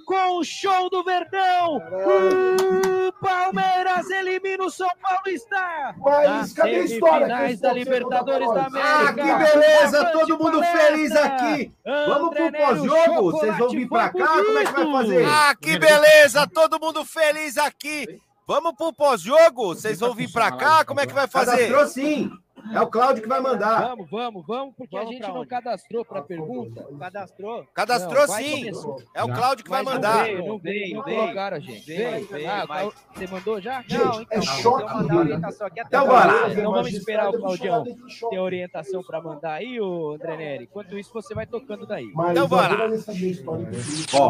com o show do Verdão. O Palmeiras elimina o São Paulista. Mas cadê a história? Semifinais da Libertadores da América. Ah, que beleza, todo mundo feliz aqui. Vamos pro pós-jogo? Vocês vão vir pra cá? Como é que vai fazer? Ah, que beleza, todo mundo feliz aqui. Vamos pro pós-jogo? Vocês vão vir pra cá? Como é que vai fazer? Cadastrou sim. É o Cláudio que vai mandar. Vamos, porque a gente não cadastrou pra pergunta. Cadastrou sim. É o Cláudio que vai mandar. Não veio. Colocaram a gente. Veio. Você mandou já? Não, então. É choque. Eu mandar a orientação aqui até então bora. Então vamos esperar o Claudião ter orientação pra mandar aí, ô André Neri. Enquanto isso, você vai tocando daí. Então bora. Ó.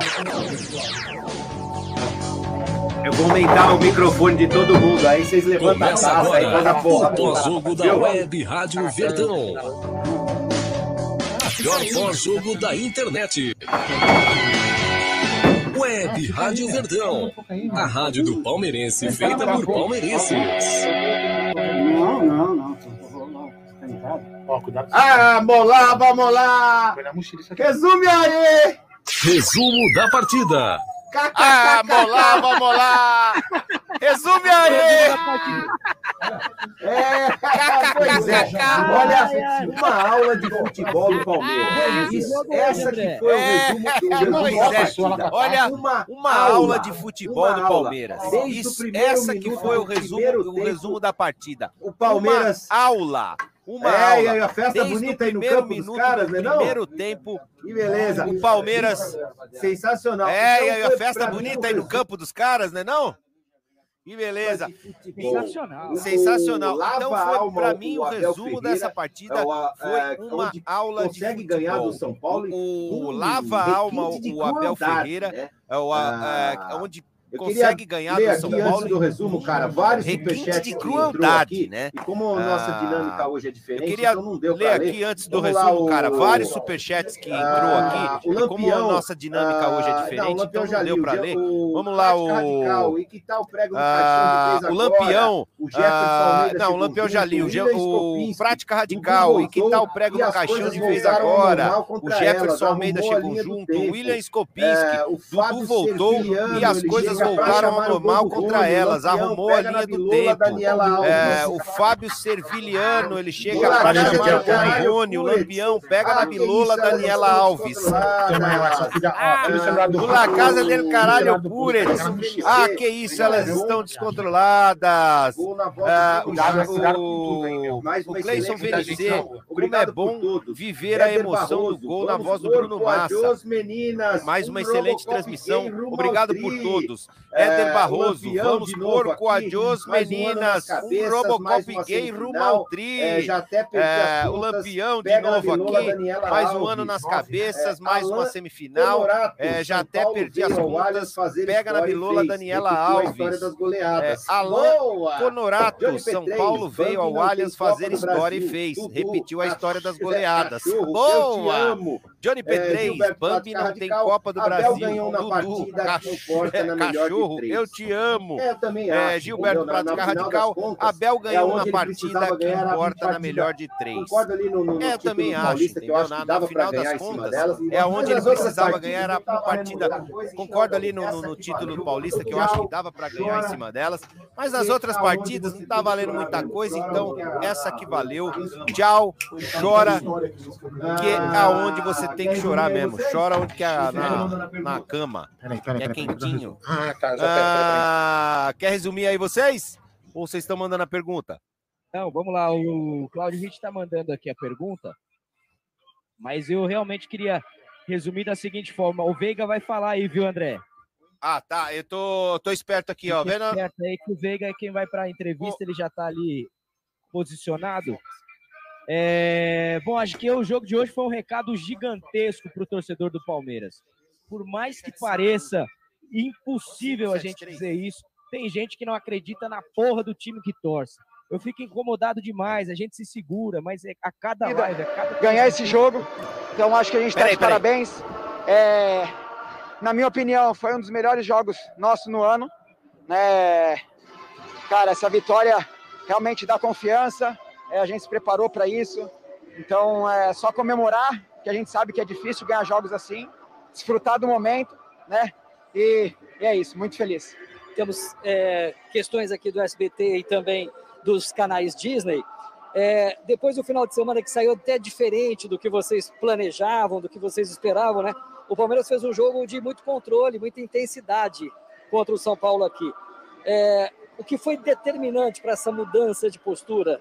Eu vou aumentar o microfone de todo mundo, aí vocês levantam a taça aí, faz a porra. O pós-jogo da Web Rádio Verdão. Melhor pós-jogo da internet. Web Rádio Verdão. A rádio do palmeirense, feita por palmeirenses. Não. Ah, vamos lá. Resume aí. Resumo da partida. Ah, vamos lá. Resume aí. Pois é. Olha, uma aula de futebol do Palmeiras. Essa que foi o resumo da partida. Olha, uma aula de futebol do Palmeiras. Essa que foi o resumo da partida. O Palmeiras... Uma aula. E a festa bonita aí no campo dos caras, né? Primeiro tempo. Que beleza. O Palmeiras... Sensacional. E a festa bonita aí no campo dos caras, né não? Que beleza. Sensacional. Então foi, para mim, o resumo dessa partida foi uma aula de consegue ganhar do São Paulo. O lava a alma, o Abel Ferreira, onde consegue ganhar do São Paulo. Antes do resumo, cara, vários superchats de crueldade, né? E como nossa dinâmica hoje é diferente, eu queria então não deu ler aqui antes do resumo, cara, vários superchats que entrou aqui. O como a nossa dinâmica hoje é diferente, então não deu para ler. Vamos lá, o... E que tal prega no caixão de o Lampião... Não, o Lampião já li. O Prática Radical. E que tal prego no caixão de vez agora? O Jefferson Almeida chegou junto. O William Skopinski. Dudu voltou e as coisas voltaram ao normal contra elas. Arrumou a linha do tempo. O Fábio Serviliano, ele chega para chamar o Corrone. O Lampião pega na bilola Daniela Alves. Na casa dele, caralho, Pures. Ah, que isso, elas estão descontroladas. O Cleison VNC, como é bom viver a emoção do gol na voz do Bruno Massa. Mais uma excelente transmissão. Obrigado por todos. Éder Barroso, vamos porco, adiós meninas. Um Robocop gay rumo ao tri. O Lampião de novo aqui. Mais um ano nas cabeças, mais uma semifinal. Já até perdi as contas. Pega na bilola Daniela Alves. Alain Conorato, São Paulo veio ao Allianz fazer história e fez. Repetiu a história das goleadas. Boa! Johnny P3, Bambi não tem Copa do Brasil. Dudu, cachorro, eu te amo. Gilberto Prática Radical, Abel ganhou uma partida que importa na melhor de 3. Eu também acho, entendeu? Na final das contas, é onde ele precisava ganhar, era uma partida. Concordo ali no título do Paulista, que eu acho que dava para ganhar em cima delas, mas as outras partidas não tá valendo muita coisa, então essa que valeu. Tchau, chora, que é aonde você tem que chorar mesmo. Chora onde que é na cama, que é quentinho. Quer resumir aí vocês? Ou vocês estão mandando a pergunta? Não, vamos lá, o Claudio Ritt está mandando aqui a pergunta, mas eu realmente queria resumir da seguinte forma. O Veiga vai falar aí, viu, André? Ah, tá. Eu tô esperto aqui, ó. Vendo? Esperto aí que o Veiga é quem vai para a entrevista, ele já tá ali posicionado. Bom, acho que o jogo de hoje foi um recado gigantesco para o torcedor do Palmeiras. Por mais que pareça impossível a gente dizer isso, tem gente que não acredita na porra do time que torce. Eu fico incomodado demais, a gente se segura, mas a cada live, ganhar esse jogo, então acho que a gente está de parabéns. Na minha opinião, foi um dos melhores jogos nossos no ano. Cara, essa vitória realmente dá confiança, a gente se preparou para isso, então é só comemorar, que a gente sabe que é difícil ganhar jogos assim, desfrutar do momento, né? E é isso, muito feliz. Temos questões aqui do SBT e também dos canais Disney. Depois do final de semana que saiu até diferente do que vocês planejavam, do que vocês esperavam, né? O Palmeiras fez um jogo de muito controle, muita intensidade contra o São Paulo aqui. O que foi determinante para essa mudança de postura?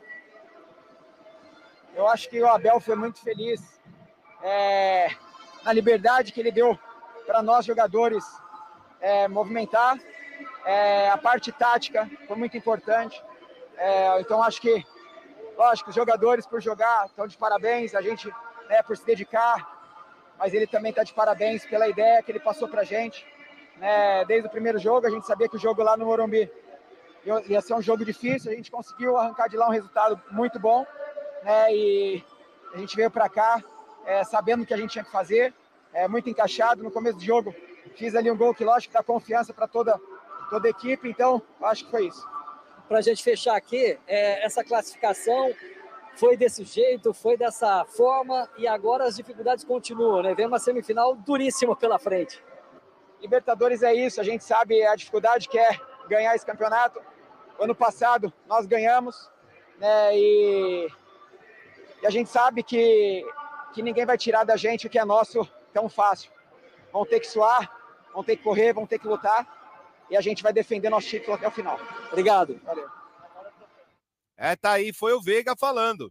Eu acho que o Abel foi muito feliz na liberdade que ele deu para nós jogadores movimentar. A parte tática foi muito importante. Então acho que, lógico, os jogadores por jogar estão de parabéns, a gente por se dedicar, mas ele também está de parabéns pela ideia que ele passou para a gente. Desde o primeiro jogo, a gente sabia que o jogo lá no Morumbi ia ser um jogo difícil, a gente conseguiu arrancar de lá um resultado muito bom, e a gente veio para cá sabendo o que a gente tinha que fazer, muito encaixado. No começo do jogo, fiz ali um gol que, lógico, dá confiança para toda a equipe, então acho que foi isso. Para a gente fechar aqui, essa classificação foi desse jeito, foi dessa forma, e agora as dificuldades continuam, né? Vem uma semifinal duríssima pela frente. Libertadores é isso, a gente sabe a dificuldade que é ganhar esse campeonato. Ano passado nós ganhamos, e a gente sabe que ninguém vai tirar da gente o que é nosso tão fácil. Vão ter que suar, vão ter que correr, vão ter que lutar, e a gente vai defender nosso título até o final. Obrigado. Valeu. Tá aí, foi o Veiga falando.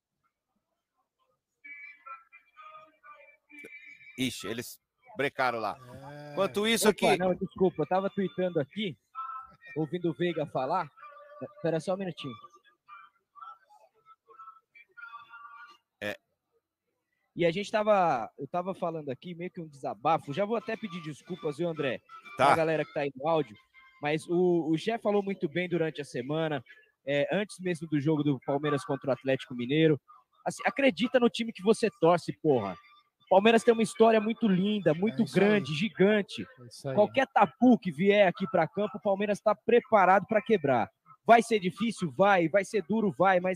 Ixi, eles brecaram lá. Enquanto isso aqui... Não, desculpa, eu tava tweetando aqui, ouvindo o Veiga falar. Espera só um minutinho. E eu tava falando aqui, meio que um desabafo. Já vou até pedir desculpas, viu, André? Tá. Pra galera que tá aí no áudio. Mas o Gé falou muito bem durante a semana, antes mesmo do jogo do Palmeiras contra o Atlético Mineiro. Assim, acredita no time que você torce, porra. O Palmeiras tem uma história muito linda, muito grande, aí. Gigante. Qualquer tapu que vier aqui para campo, o Palmeiras está preparado para quebrar. Vai ser difícil? Vai ser duro? Vai, mas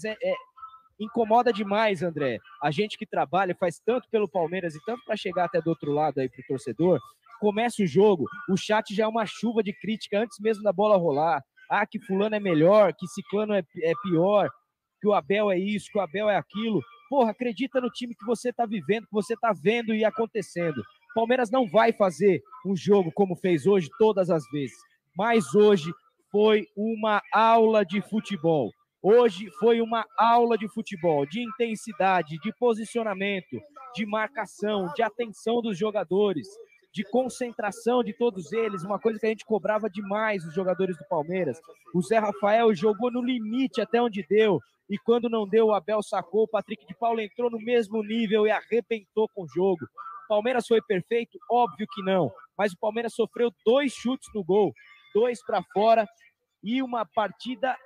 incomoda demais, André. A gente que trabalha, faz tanto pelo Palmeiras e tanto para chegar até do outro lado aí pro torcedor, começa o jogo, o chat já é uma chuva de crítica antes mesmo da bola rolar. Que fulano é melhor, que ciclano é pior, que o Abel é isso, que o Abel é aquilo. Porra, acredita no time que você tá vivendo, que você tá vendo e acontecendo. O Palmeiras não vai fazer um jogo como fez hoje todas as vezes, mas hoje foi uma aula de futebol. Hoje foi uma aula de futebol, de intensidade, de posicionamento, de marcação, de atenção dos jogadores, de concentração de todos eles, uma coisa que a gente cobrava demais os jogadores do Palmeiras. O Zé Rafael jogou no limite até onde deu, e quando não deu, o Abel sacou, o Patrick de Paula entrou no mesmo nível e arrebentou com o jogo. O Palmeiras foi perfeito? Óbvio que não, mas o Palmeiras sofreu 2 chutes no gol, 2 para fora, e uma partida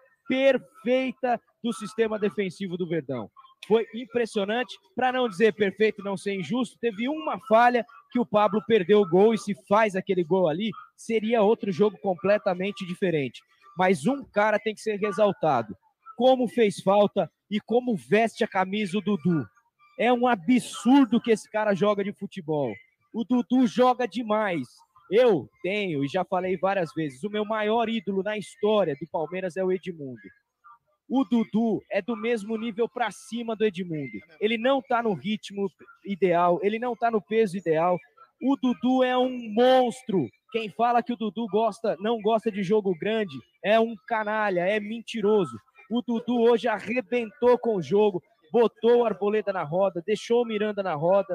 perfeita do sistema defensivo do Verdão. Foi impressionante, para não dizer perfeito, não ser injusto, teve uma falha que o Pablo perdeu o gol, e se faz aquele gol ali, seria outro jogo completamente diferente. Mas um cara tem que ser exaltado. Como fez falta e como veste a camisa o Dudu. É um absurdo que esse cara joga de futebol. O Dudu joga demais. Eu tenho, e já falei várias vezes, o meu maior ídolo na história do Palmeiras é o Edmundo. O Dudu é do mesmo nível para cima do Edmundo. Ele não está no ritmo ideal, ele não está no peso ideal. O Dudu é um monstro. Quem fala que o Dudu não gosta de jogo grande é um canalha, é mentiroso. O Dudu hoje arrebentou com o jogo, botou o Arboleda na roda, deixou o Miranda na roda.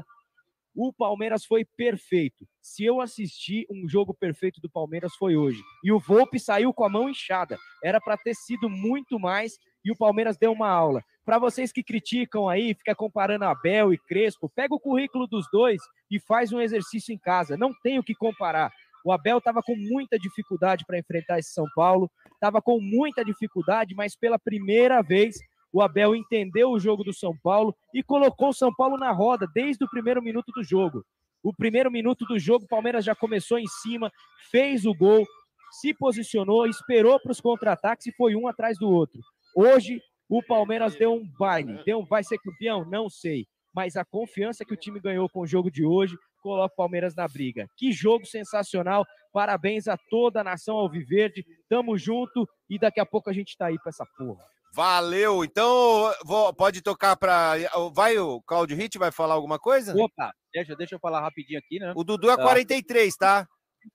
O Palmeiras foi perfeito. Se eu assisti um jogo perfeito do Palmeiras, foi hoje. E o Volpi saiu com a mão inchada. Era para ter sido muito mais, e o Palmeiras deu uma aula. Para vocês que criticam aí, fica comparando Abel e Crespo, pega o currículo dos dois e faz um exercício em casa. Não tem o que comparar. O Abel estava com muita dificuldade para enfrentar esse São Paulo, estava com muita dificuldade, mas pela primeira vez o Abel entendeu o jogo do São Paulo e colocou o São Paulo na roda desde o primeiro minuto do jogo. O primeiro minuto do jogo, o Palmeiras já começou em cima, fez o gol, se posicionou, esperou para os contra-ataques e foi um atrás do outro. Hoje, o Palmeiras deu um baile. Vai ser campeão? Não sei. Mas a confiança que o time ganhou com o jogo de hoje, coloca o Palmeiras na briga. Que jogo sensacional, parabéns a toda a nação alviverde, tamo junto e daqui a pouco a gente tá aí pra essa porra. Valeu, então pode tocar para... Vai o Claudio Hit, vai falar alguma coisa? Opa, deixa eu falar rapidinho aqui, né? O Dudu é 43, tá?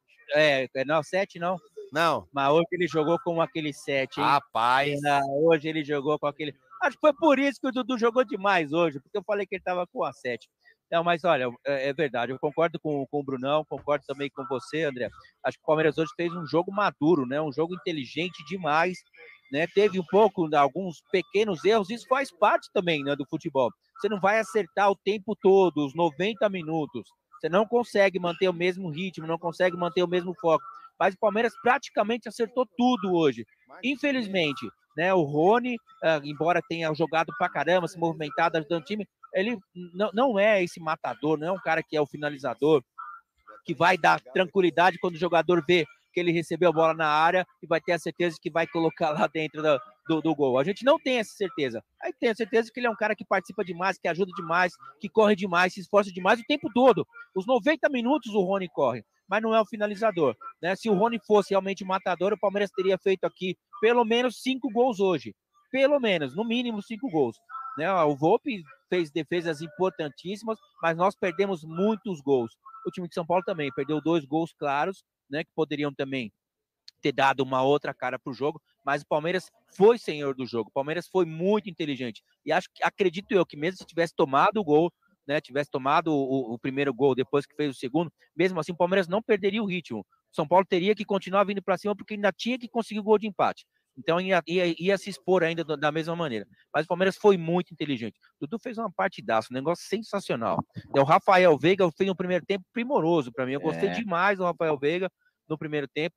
Não, 7 não. Não. Mas hoje ele jogou com aquele 7, hein? Rapaz. Hoje ele jogou com aquele... Acho que foi por isso que o Dudu jogou demais hoje, porque eu falei que ele tava com a 7. Não, mas olha, é verdade, eu concordo com o Brunão, concordo também com você, André. Acho que o Palmeiras hoje fez um jogo maduro, né? Um jogo inteligente demais, né? Teve um pouco, alguns pequenos erros, isso faz parte também, né, do futebol. Você não vai acertar o tempo todo, os 90 minutos. Você não consegue manter o mesmo ritmo, não consegue manter o mesmo foco. Mas o Palmeiras praticamente acertou tudo hoje. Infelizmente, né, o Rony, embora tenha jogado pra caramba, se movimentado, ajudando o time, ele não é esse matador, não é um cara que é o finalizador, que vai dar tranquilidade quando o jogador vê que ele recebeu a bola na área e vai ter a certeza que vai colocar lá dentro do gol. A gente não tem essa certeza. Aí tem a certeza que ele é um cara que participa demais, que ajuda demais, que corre demais, se esforça demais o tempo todo. Os 90 minutos o Rony corre, mas não é o finalizador, né? Se o Rony fosse realmente matador, o Palmeiras teria feito aqui pelo menos 5 gols hoje. Pelo menos, no mínimo 5 gols. Né? O Volpi fez defesas importantíssimas, mas nós perdemos muitos gols. O time de São Paulo também perdeu 2 gols claros, né, que poderiam também ter dado uma outra cara para o jogo, mas o Palmeiras foi senhor do jogo. O Palmeiras foi muito inteligente. E acredito eu que mesmo se tivesse tomado o gol, né, tivesse tomado o primeiro gol depois que fez o segundo, mesmo assim o Palmeiras não perderia o ritmo. O São Paulo teria que continuar vindo para cima porque ainda tinha que conseguir o gol de empate. Então ia se expor ainda da mesma maneira. Mas o Palmeiras foi muito inteligente. O Dudu fez uma partidaça, um negócio sensacional. O Rafael Veiga fez um primeiro tempo primoroso para mim. Eu gostei demais do Rafael Veiga no primeiro tempo.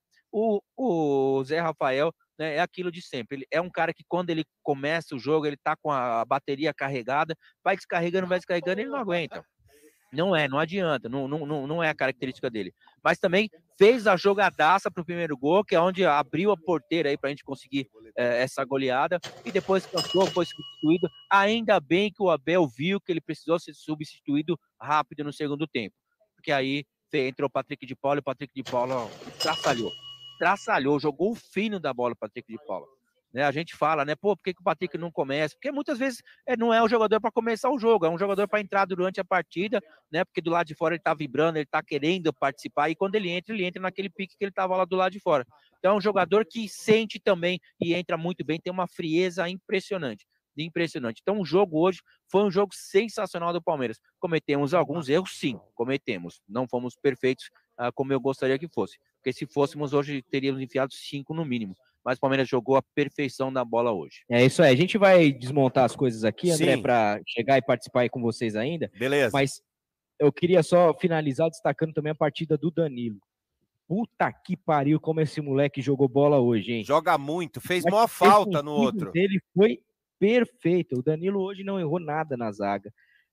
O Zé Rafael, né, é aquilo de sempre. Ele é um cara que quando ele começa o jogo, ele tá com a bateria carregada, vai descarregando, ele não aguenta. Não adianta, não é a característica dele. Mas também fez a jogadaça para o primeiro gol, que é onde abriu a porteira aí para a gente conseguir essa goleada, e depois cansou, foi substituído. Ainda bem que o Abel viu que ele precisou ser substituído rápido no segundo tempo, porque aí entrou o Patrick de Paula, e o Patrick de Paula traçalhou, jogou o fino da bola o Patrick de Paula. Né, a gente fala, né? Pô, por que o Patrick não começa? Porque muitas vezes não é um jogador para começar o jogo, é um jogador para entrar durante a partida, né? Porque do lado de fora ele tá vibrando, ele tá querendo participar, e quando ele entra naquele pique que ele tava lá do lado de fora. Então é um jogador que sente também e entra muito bem, tem uma frieza impressionante. Então o jogo hoje foi um jogo sensacional do Palmeiras. Cometemos alguns erros, sim, cometemos. Não fomos perfeitos como eu gostaria que fosse. Porque se fôssemos hoje, teríamos enfiado 5 no mínimo. Mas o Palmeiras jogou a perfeição da bola hoje. É isso aí. A gente vai desmontar as coisas aqui, André, para chegar e participar aí com vocês ainda. Beleza. Mas eu queria só finalizar destacando também a partida do Danilo. Puta que pariu, como esse moleque jogou bola hoje, hein? Joga muito, fez maior falta no outro. Ele foi perfeito. O Danilo hoje não errou nada na zaga.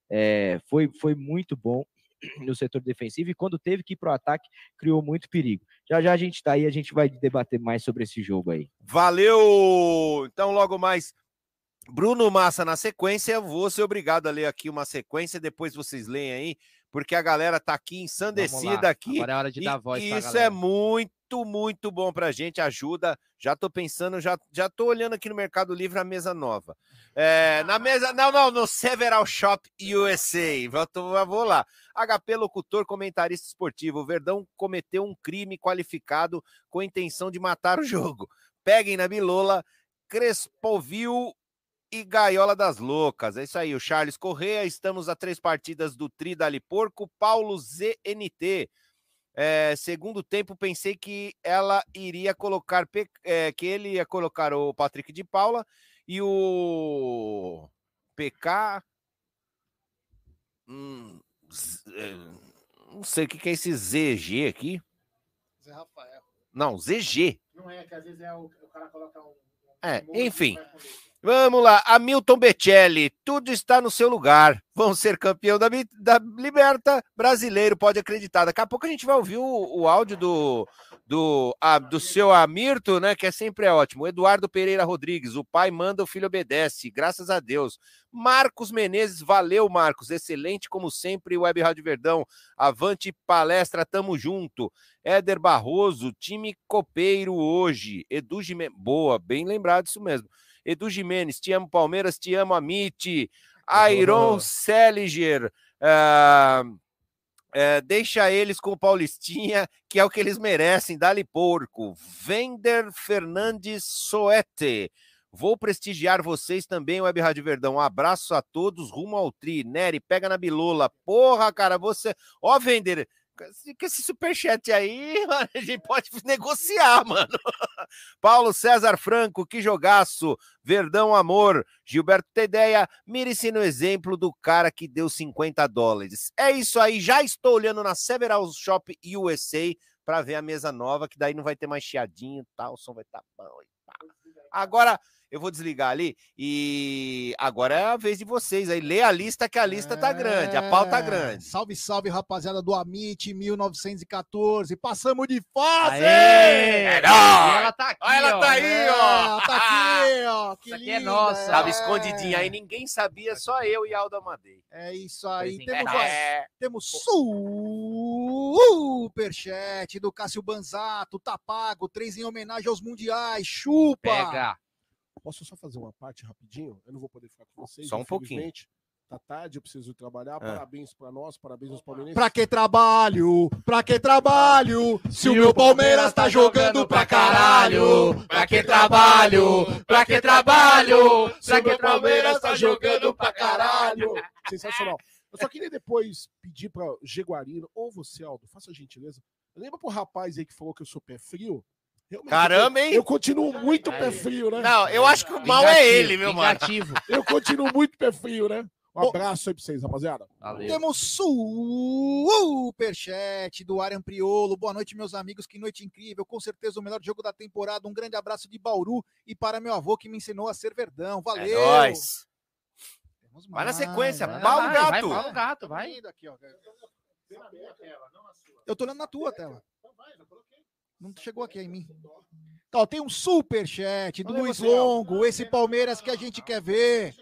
Foi muito bom no setor defensivo, e quando teve que ir pro ataque, criou muito perigo. Já a gente tá aí, a gente vai debater mais sobre esse jogo aí. Valeu! Então, logo mais, Bruno Massa na sequência. Vou ser obrigado a ler aqui uma sequência, depois vocês leem aí, porque a galera tá aqui ensandecida aqui. Agora é hora de dar voz pra isso é muito bom pra gente, ajuda. Já tô pensando, já tô olhando aqui no Mercado Livre a mesa nova. Na mesa, no Several Shop USA. Vou lá. HP Locutor, comentarista esportivo. O Verdão cometeu um crime qualificado com a intenção de matar o jogo. Peguem na bilola, Crespovil e Gaiola das Loucas. É isso aí, o Charles Corrêa. Estamos a 3 partidas do Tri Dali Porco. Paulo ZNT. Segundo tempo, pensei que ela iria colocar que ele ia colocar o Patrick de Paula e o PK. Não sei o que é esse ZG aqui. Zé Rafael. Não, ZG. Não é, que às vezes o cara coloca um enfim. Vamos lá, Hamilton Becelli, tudo está no seu lugar. Vão ser campeão da Liberta brasileiro, pode acreditar. Daqui a pouco a gente vai ouvir o áudio do seu Amirto, né? Que sempre é ótimo. Eduardo Pereira Rodrigues, o pai manda, o filho obedece, graças a Deus. Marcos Menezes, valeu, Marcos. Excelente, como sempre, Web Rádio Verdão. Avante palestra, tamo junto. Éder Barroso, time copeiro hoje. Edu Gimenez, boa, bem lembrado isso mesmo. Edu Gimenez, te amo Palmeiras, te amo Amit. Airon Seliger, deixa eles com o Paulistinha, que é o que eles merecem, dá-lhe porco. Vender Fernandes Soete, vou prestigiar vocês também, Web Rádio Verdão. Um abraço a todos, rumo ao tri. Nery, pega na bilola. Porra, cara, você... Ó, Vender... Com esse superchat aí, mano, a gente pode negociar, mano. Paulo César Franco, que jogaço. Verdão Amor. Gilberto Tedeia, mire-se no exemplo do cara que deu $50. É isso aí, já estou olhando na Several Shop USA para ver a mesa nova, que daí não vai ter mais chiadinho, tá? O som vai estar bom e pá. Agora... eu vou desligar ali e agora é a vez de vocês aí. Lê a lista, que a lista tá grande, a pauta tá grande. Salve, salve, rapaziada do Amit 1914. Passamos de fase! É nóis! Ela tá aqui, ó. Ela tá aí, ó. Ela tá aqui, ó. Que Isso aqui linda, é nossa. Tava escondidinha aí, ninguém sabia, só eu e Aldo Amadei. É isso aí. Pois Temos superchat do Cássio Banzato. Tá pago. 3 em homenagem aos mundiais. Chupa! Pega. Posso só fazer uma parte rapidinho? Eu não vou poder ficar com vocês. Só um pouquinho. Tá tarde, eu preciso trabalhar. Parabéns pra nós, parabéns aos palmeirenses. Pra que trabalho? Pra que trabalho? Se o meu Palmeiras tá jogando pra caralho. Pra que trabalho? Pra que trabalho? Se o meu Palmeiras tá jogando pra caralho. Sensacional. Eu só queria depois pedir pra Jaguarino, ou você, Aldo, faça a gentileza. Lembra pro rapaz aí que falou que eu sou pé frio? Realmente, caramba, hein? Eu continuo muito pé frio, né? Não, eu acho que o mal é ele, meu mano. Eu continuo muito pé frio, né? Um abraço aí pra vocês, rapaziada. Valeu. Temos superchat do Arian Priolo. Boa noite, meus amigos. Que noite incrível. Com certeza o melhor jogo da temporada. Um grande abraço de Bauru e para meu avô que me ensinou a ser Verdão. Valeu. É nóis. Vai na sequência. Pau no gato. Vai, no gato, vai. Aqui, ó. Eu tô olhando na tua tela. Não chegou aqui em mim. Então, tem um superchat do Luiz Longo. Esse Palmeiras que a gente quer ver.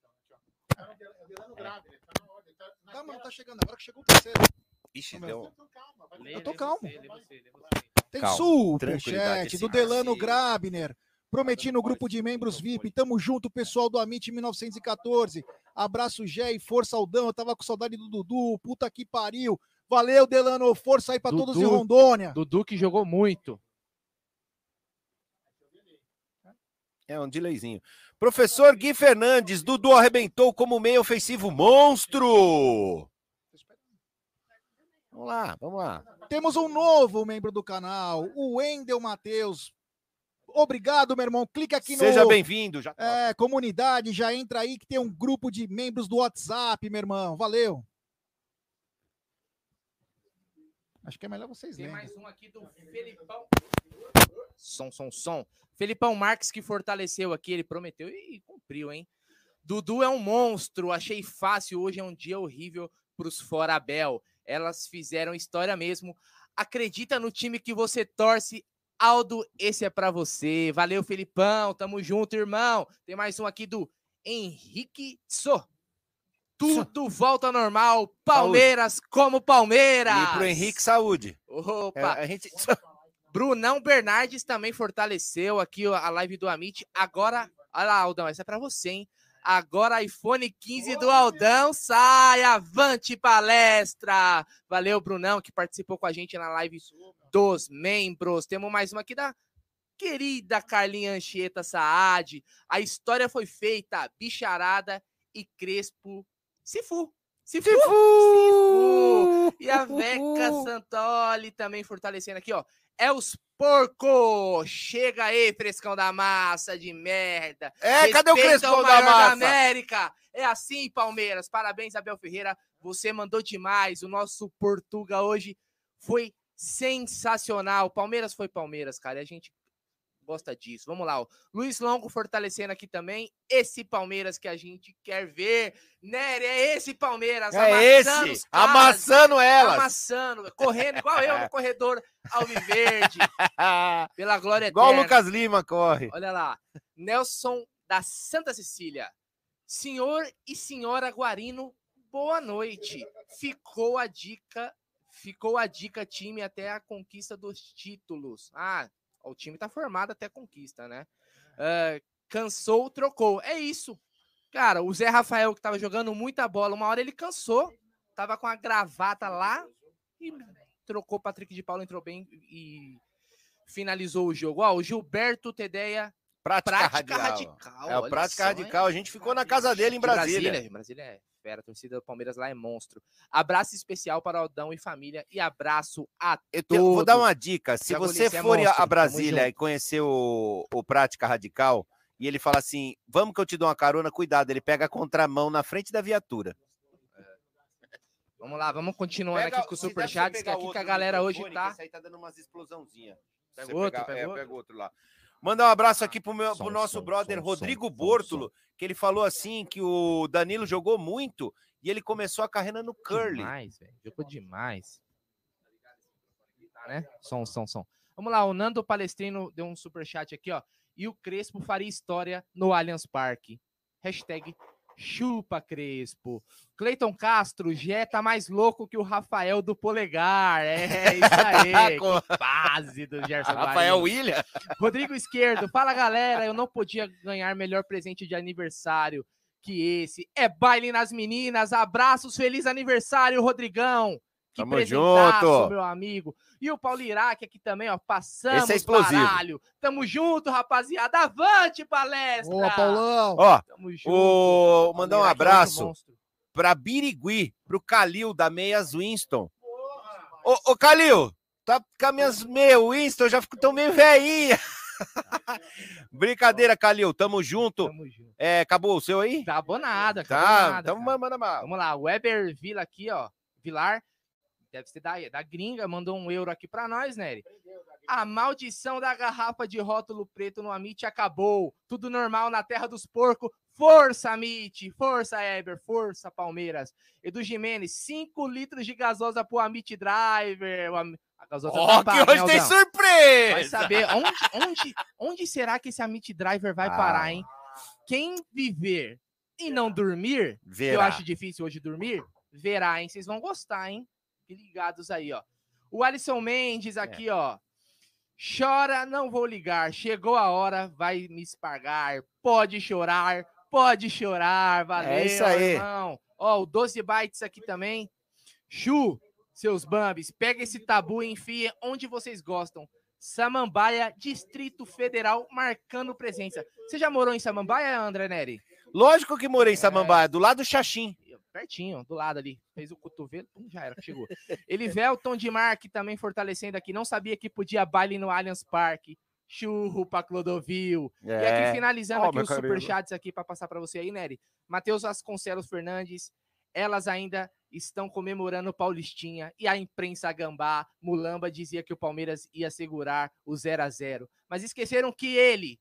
Calma, não tá chegando. Agora que chegou o terceiro. Ixi, deu. Eu tô calmo. Tem Calma, superchat do Delano Grabner. Prometi no grupo de membros VIP. Tamo junto, pessoal do Amit 1914. Abraço, Gé e força, Aldão. Eu tava com saudade do Dudu. Puta que pariu. Valeu, Delano. Força aí pra todos em Rondônia. Dudu que jogou muito. É um delayzinho. Professor Gui Fernandes, Dudu arrebentou como meio ofensivo monstro. Vamos lá. Temos um novo membro do canal, o Wendel Matheus. Obrigado, meu irmão. Clica aqui no... Seja bem-vindo. Comunidade, já entra aí que tem um grupo de membros do WhatsApp, meu irmão. Valeu. Acho que é melhor vocês lerem. Tem mais um aqui do Felipão. Som. Felipão Marques que fortaleceu aqui, ele prometeu e cumpriu, hein? Dudu é um monstro, achei fácil, hoje é um dia horrível pros fora Abel. Elas fizeram história mesmo. Acredita no time que você torce. Aldo, esse é pra você. Valeu, Felipão, tamo junto, irmão. Tem mais um aqui do Henrique Tso. Tudo volta ao normal. Palmeiras saúde. Como Palmeiras. E pro Henrique, saúde. Opa. Brunão Bernardes também fortaleceu aqui a live do Amit. Agora, olha lá, Aldão, essa é pra você, hein? Agora iPhone 15 do Aldão sai. Avante palestra. Valeu, Brunão, que participou com a gente na live dos membros. Temos mais uma aqui da querida Carlinha Anchieta Saad. A história foi feita, bicharada e Crespo. Sifu. E a Veca Santoli também fortalecendo aqui, ó. É os porco! Chega aí, frescão da massa de merda! Cadê o frescão da massa? América! É assim, Palmeiras! Parabéns, Abel Ferreira! Você mandou demais! O nosso Portuga hoje foi sensacional! Palmeiras foi Palmeiras, cara! A gente gosta disso. Vamos lá, ó. Luiz Longo fortalecendo aqui também. Esse Palmeiras que a gente quer ver. Nery, é esse Palmeiras. Amassando os caras, amassando elas. Amassando, correndo igual eu no corredor alviverde. Pela glória igual eterna. o Lucas Lima corre. Olha lá. Nelson da Santa Cecília. Senhor e senhora Guarino, boa noite. Ficou a dica, time, até a conquista dos títulos. O time tá formado até a conquista, né? Cansou, trocou. É isso. Cara, o Zé Rafael, que tava jogando muita bola, uma hora ele cansou. Tava com a gravata lá e trocou. Patrick de Paulo entrou bem e finalizou o jogo. Ó, o Gilberto Tedeia. Prática radical. É o Prática Radical. A gente ficou na casa dele em Brasília. Brasília é fera. A torcida do Palmeiras lá é monstro. Abraço especial para Aldão e família e abraço a todos. Vou dar uma dica. Se você for a Brasília e conhecer o Prática Radical e ele fala assim, vamos que eu te dou uma carona, cuidado, ele pega a contramão na frente da viatura. Vamos lá, vamos continuando aqui com o Superchats, que aqui que a galera hoje tá... Esse aí tá dando umas explosãozinhas. Pega outro lá. Mandar um abraço aqui pro nosso brother Rodrigo Bortolo, que ele falou assim que o Danilo jogou muito e ele começou a carreira no curling. Demais, velho. Jogou demais. Né? Som. Vamos lá, o Nando Palestrino deu um superchat aqui, ó. E o Crespo faria história no Allianz Parque. Hashtag chupa Crespo. Cleiton Castro, Gé tá mais louco que o Rafael do Polegar. É isso aí. Que base do Gerson Rafael William. Rodrigo Esquerdo, fala galera, eu não podia ganhar melhor presente de aniversário que esse. É baile nas meninas. Abraços, feliz aniversário, Rodrigão. Que Tamo presentaço, junto, meu amigo. E o Paulo Iraque aqui também, ó. Passamos, esse é explosivo. Baralho. Tamo junto, rapaziada. Avante, palestra. Boa, Paulão. Ó, tamo junto. Mandar um abraço pra Birigui, pro Calil da Meias Winston. Ô, Calil, tá com as minhas meias Winston, já fico tão meio velhinha. Brincadeira, Calil, tamo junto. Acabou o seu aí? Acabou nada, então manda mal. Vamos lá, Weber Vila aqui, ó. Vilar. Deve ser da gringa, mandou €1 aqui pra nós, Nery. A maldição da garrafa de rótulo preto no Amit acabou. Tudo normal na terra dos porcos. Força, Amit. Força, Eber. Força, Palmeiras. Edu Jimenez, 5 litros de gasosa pro Amit Driver. A gasosa que hoje tem surpresa! Vai saber onde será que esse Amit Driver vai parar, hein? Quem viver e não dormir, que eu acho difícil hoje dormir, verá, hein? Vocês vão gostar, hein? Ligados aí, ó. O Alisson Mendes aqui, ó. Chora, não vou ligar. Chegou a hora, vai me espargar. Pode chorar. Valeu, é isso aí, irmão. Ó, o 12 Bytes aqui também. Chu, seus bambis, pega esse tabu e enfia onde vocês gostam. Samambaia, Distrito Federal, marcando presença. Você já morou em Samambaia, André Nery? Lógico que morei em Samambaia, do lado do Xaxim. Pertinho, do lado ali. Fez o cotovelo, já era, chegou. Elivelton de Marque também fortalecendo aqui. Não sabia que podia baile no Allianz Parque. Churro pra Clodovil. E aqui finalizando aqui os superchats aqui para passar para você aí, Nery. Matheus Vasconcelos Fernandes. Elas ainda estão comemorando Paulistinha. E a imprensa gambá, Mulamba, dizia que o Palmeiras ia segurar o 0-0. Mas esqueceram que ele,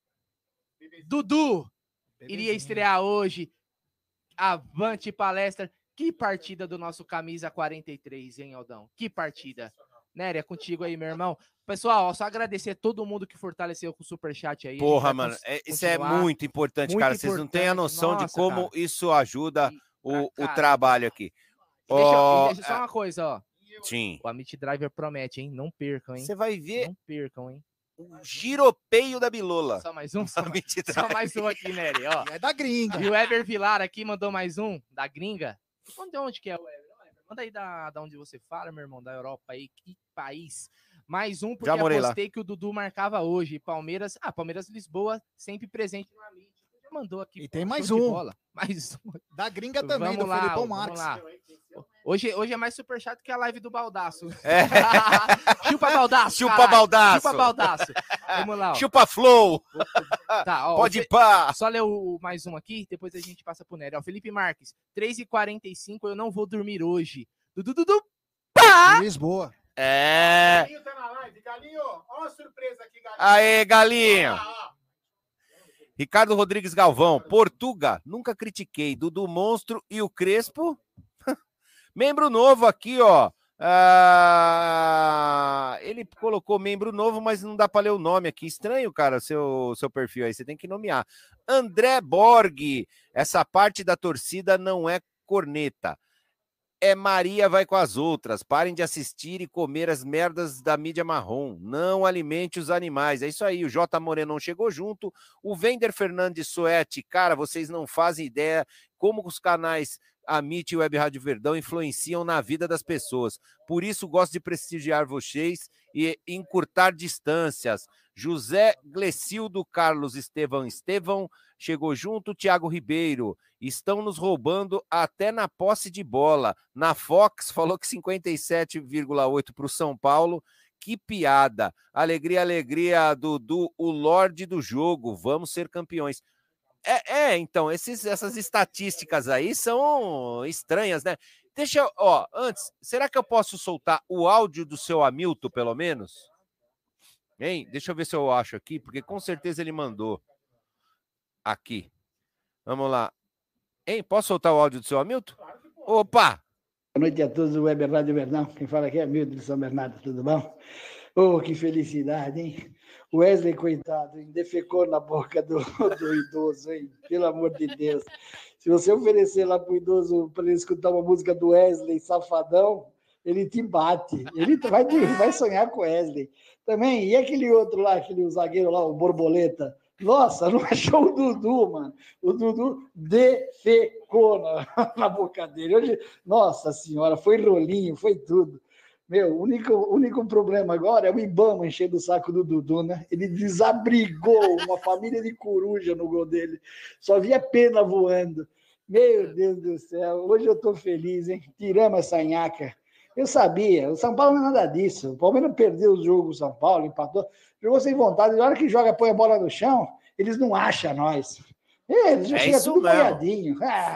Dudu, iria estrear hoje. Avante, palestra. Que partida do nosso camisa 43, hein, Aldão? Que partida. Nery, é contigo aí, meu irmão. Pessoal, só agradecer todo mundo que fortaleceu com o superchat aí. Porra, mano, isso é muito importante, cara. Vocês não têm a noção de como isso ajuda o trabalho aqui. Deixa só uma coisa, ó. Sim. O Amit Driver promete, hein? Não percam, hein? Você vai ver. Não percam, hein? O giropeio da Bilola. Só mais um? Só mais um aqui, Nery, ó. É da gringa. E o Eber Vilar aqui mandou mais um, da gringa. De onde que é o Eber? Manda aí da onde você fala, meu irmão, da Europa aí. Que país. Mais um, porque apostei que o Dudu marcava hoje. Palmeiras Lisboa, sempre presente no Amit. Já mandou aqui. E tem mais um. Mais um. Da gringa também, do Felipão Marques. Hoje é mais super chato que a live do Baldaço. Chupa Baldaço. Vamos lá. Ó. Chupa Flow. Tá, ó, pode ir pá. Só ler mais um aqui, depois a gente passa pro Nery. Ó, Felipe Marques, 3h45, eu não vou dormir hoje. Pá! Lisboa. É. Galinho tá na live. Galinho, ó a surpresa aqui, Galinho. Aê, galinha! Ricardo Rodrigues Galvão, Portuga, nunca critiquei. Dudu Monstro e o Crespo. Membro novo aqui, ó. Ele colocou membro novo, mas não dá para ler o nome aqui. Estranho, cara, seu perfil aí. Você tem que nomear. André Borg. Essa parte da torcida não é corneta. É Maria vai com as outras. Parem de assistir e comer as merdas da mídia marrom. Não alimente os animais. É isso aí. O J. Morenon chegou junto. O Vender Fernandes Soete. Cara, vocês não fazem ideia como os canais Amit e Web Rádio Verdão influenciam na vida das pessoas. Por isso gosto de prestigiar vocês e encurtar distâncias. José Glecildo Carlos Estevão chegou junto. Thiago Ribeiro. Estão nos roubando até na posse de bola. Na Fox falou que 57,8 para o São Paulo. Que piada. Alegria, Dudu, o Lorde do jogo. Vamos ser campeões. Então, essas estatísticas aí são estranhas, né? Deixa eu, antes, será que eu posso soltar o áudio do seu Hamilton, pelo menos? Hein? Deixa eu ver se eu acho aqui, porque com certeza ele mandou aqui. Vamos lá. Hein? Posso soltar o áudio do seu Hamilton? Opa! Boa noite a todos do Web Rádio Verdão. Quem fala aqui é Hamilton de São Bernardo, tudo bom? Oh, que felicidade, hein? O Wesley, coitado, defecou na boca do idoso, hein? Pelo amor de Deus. Se você oferecer lá pro idoso para ele escutar uma música do Wesley, Safadão, ele te bate. Ele vai sonhar com o Wesley. Também, e aquele outro lá, aquele zagueiro lá, o Borboleta? Nossa, não achou o Dudu, mano. O Dudu defecou na boca dele. Hoje, nossa senhora, foi rolinho, foi tudo. Meu, o único problema agora é o Ibama enchendo o saco do Dudu, né? Ele desabrigou uma família de coruja no gol dele. Só via pena voando. Meu Deus do céu, hoje eu tô feliz, hein? Tiramos essa nhaca. Eu sabia, o São Paulo não é nada disso. O Palmeiras perdeu o jogo, o São Paulo empatou, jogou sem vontade. Na hora que joga, põe a bola no chão, eles não acham nós. Eles já chegam tudo molhadinho.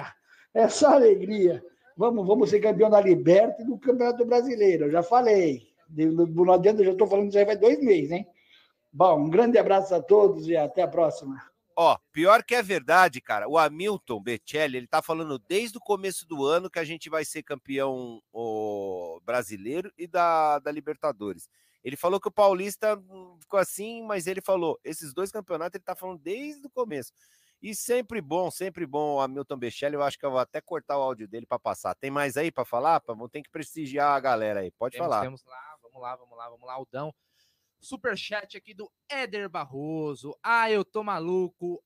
É só alegria. Vamos ser campeão da Liberta e do Campeonato Brasileiro. Eu já falei. Não adianta, eu já estou falando que já vai 2 meses, hein? Bom, um grande abraço a todos e até a próxima. Pior que é verdade, cara. O Hamilton Becelli, ele tá falando desde o começo do ano que a gente vai ser campeão brasileiro e da Libertadores. Ele falou que o Paulista ficou assim, mas ele falou, esses 2 campeonatos ele tá falando desde o começo. E sempre bom o Hamilton Becelli. Eu acho que eu vou até cortar o áudio dele para passar. Tem mais aí para falar? Vamos ter que prestigiar a galera aí. Pode falar. Temos lá, vamos lá, Aldão. Superchat aqui do Éder Barroso. Eu tô maluco.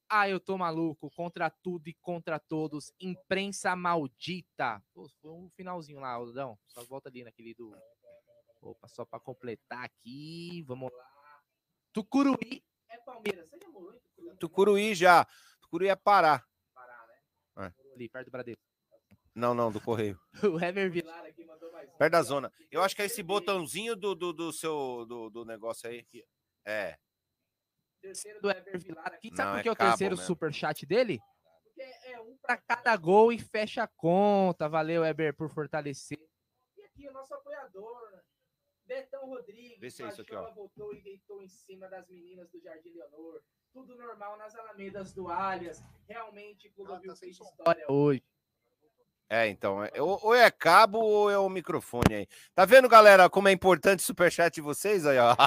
Contra tudo e contra todos. Imprensa maldita. Pô, foi um finalzinho lá, Aldão. Só volta ali naquele do... Opa, só para completar aqui. Vamos lá. Tucuruí é Palmeiras. Você já morou em Tucuruí? Tucuruí já. Tucuruí é Pará. Pará, né? Ali, perto do Bradesco. Não, do Correio. O Hever Vilar aqui mandou mais. Perto da zona. Eu acho que é esse botãozinho do seu do negócio aí. Terceiro do Hever Vilar aqui. Sabe por que é o terceiro superchat dele? Porque é um para cada gol e fecha a conta. Valeu, Heber, por fortalecer. E aqui o nosso apoiador, Betão Rodrigues. Vê se é isso aqui, ó. Voltou e deitou em cima das meninas do Jardim Leonor. Tudo normal nas alamedas do Alias. Realmente, o Clube fez história hoje. Então, ou é cabo ou é o microfone aí. Tá vendo, galera, como é importante o superchat de vocês aí, ó?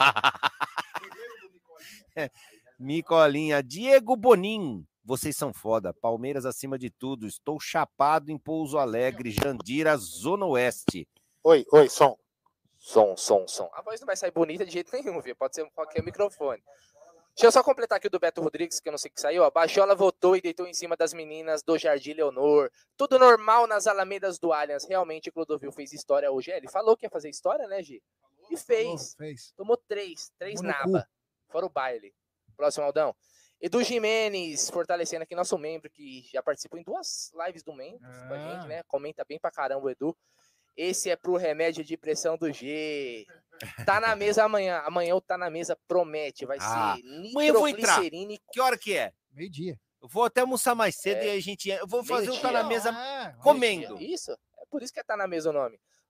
Micolinha. Diego Bonin, vocês são foda. Palmeiras acima de tudo. Estou chapado em Pouso Alegre, Jandira, Zona Oeste. Oi, som. Som. A voz não vai sair bonita de jeito nenhum, viu? Pode ser qualquer microfone. Deixa eu só completar aqui o do Beto Rodrigues, que eu não sei o que saiu. Baixola voltou e deitou em cima das meninas do Jardim Leonor. Tudo normal nas alamedas do Allianz. Realmente o Clodovil fez história hoje. Ele falou que ia fazer história, né, Gi? E fez. Tomou 3 naba. Fora o baile. Próximo, Aldão. Edu Jimenez, fortalecendo aqui nosso membro, que já participou em 2 lives do membro com a gente, né? Comenta bem pra caramba o Edu. Esse é pro remédio de pressão do G. Tá na mesa amanhã. Amanhã o Tá na Mesa promete. Vai ser amanhã eu vou entrar. Que hora que é? 12:00. Eu vou até almoçar mais cedo e a gente... Eu vou fazer o Tá na Mesa comendo. Isso. É por isso que é Tá na Mesa o nome.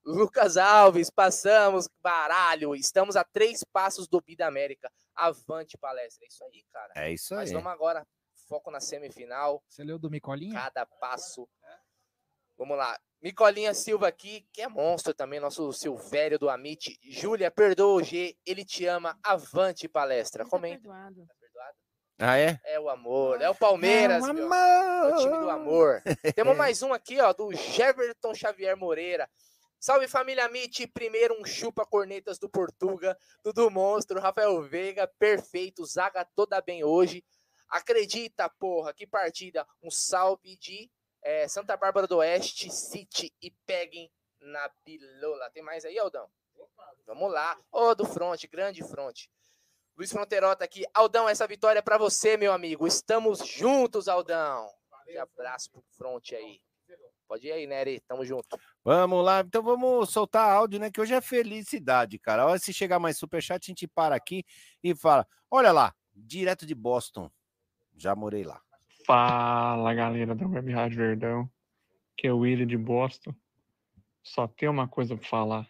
Lucas Alves, passamos, baralho. Estamos a 3 passos do Bida América. Avante, palestra. É isso aí, cara. É isso aí. Mas vamos agora, foco na semifinal. Você leu do Micolinha? Cada passo. Vamos lá. Micolinha Silva aqui, que é monstro também, nosso Silvério do Amit. Júlia, perdoa o G, ele te ama. Avante, palestra. Comenta. Tá perdoado? Ah, é? É o amor, é o Palmeiras, é o meu. amor. É o time do amor. Temos mais um aqui, ó, do Jeverton Xavier Moreira. Salve, família Amit. Primeiro, um chupa cornetas do Portuga, Dudu Monstro, Rafael Veiga, perfeito, zaga toda bem hoje. Acredita, porra, que partida. Um salve de Santa Bárbara do Oeste, City e peguem na bilola. Tem mais aí, Aldão? Vamos lá. Ô, do Fronte, grande Fronte. Luiz Fronterota aqui. Aldão, essa vitória é pra você, meu amigo. Estamos juntos, Aldão. Um abraço pro Fronte aí. Pode ir aí, Nery. Tamo junto. Vamos lá. Então vamos soltar áudio, né? Que hoje é felicidade, cara. Olha, se chegar mais superchat, a gente para aqui e fala. Olha lá, direto de Boston. Já morei lá. Fala, galera da Web Rádio Verdão, que é o Willi de Boston. Só tem uma coisa pra falar.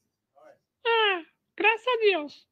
Graças a Deus.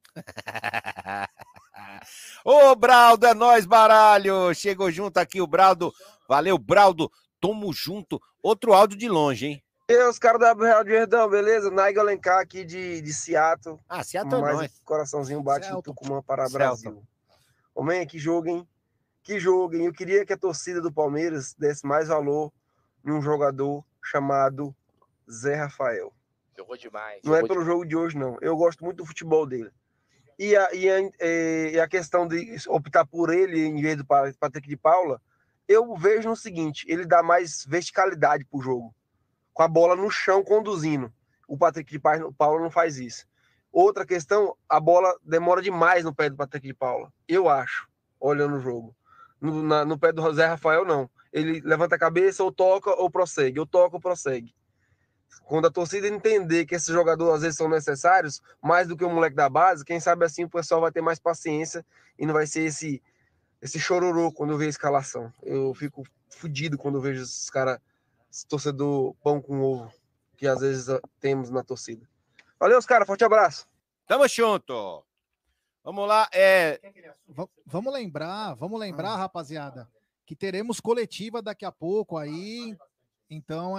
Ô, Braldo, é nóis, baralho. Chegou junto aqui o Braldo. Valeu, Braldo. Tamo junto. Outro áudio de longe, hein? E aí, os caras da Rádio Verdão, beleza? Naigo Alencar aqui de Seattle. Ah, Seattle mais nós. Um coraçãozinho bate no Tucumã para Celta. Brasil. Homem, que jogo, hein? Que jogo, hein? Eu queria que a torcida do Palmeiras desse mais valor em um jogador chamado Zé Rafael. Jogou demais. Não é pelo jogo de hoje, não. Eu gosto muito do futebol dele. E a questão de optar por ele em vez do Patrick de Paula, eu vejo no seguinte, ele dá mais verticalidade pro jogo. Com a bola no chão conduzindo. O Patrick de Paula não faz isso. Outra questão, a bola demora demais no pé do Patrick de Paula. Eu acho, olhando o jogo. No pé do Zé Rafael, não. Ele levanta a cabeça, ou toca, ou prossegue. Ou toca, ou prossegue. Quando a torcida entender que esses jogadores às vezes são necessários, mais do que o moleque da base, quem sabe assim o pessoal vai ter mais paciência e não vai ser esse chororô quando eu vejo a escalação. Eu fico fudido quando eu vejo esses caras, esse torcedor pão com ovo, que às vezes temos na torcida. Valeu, os caras. Forte abraço. Tamo junto. Vamos lá. Vamos lembrar, rapaziada, que teremos coletiva daqui a pouco aí. Então,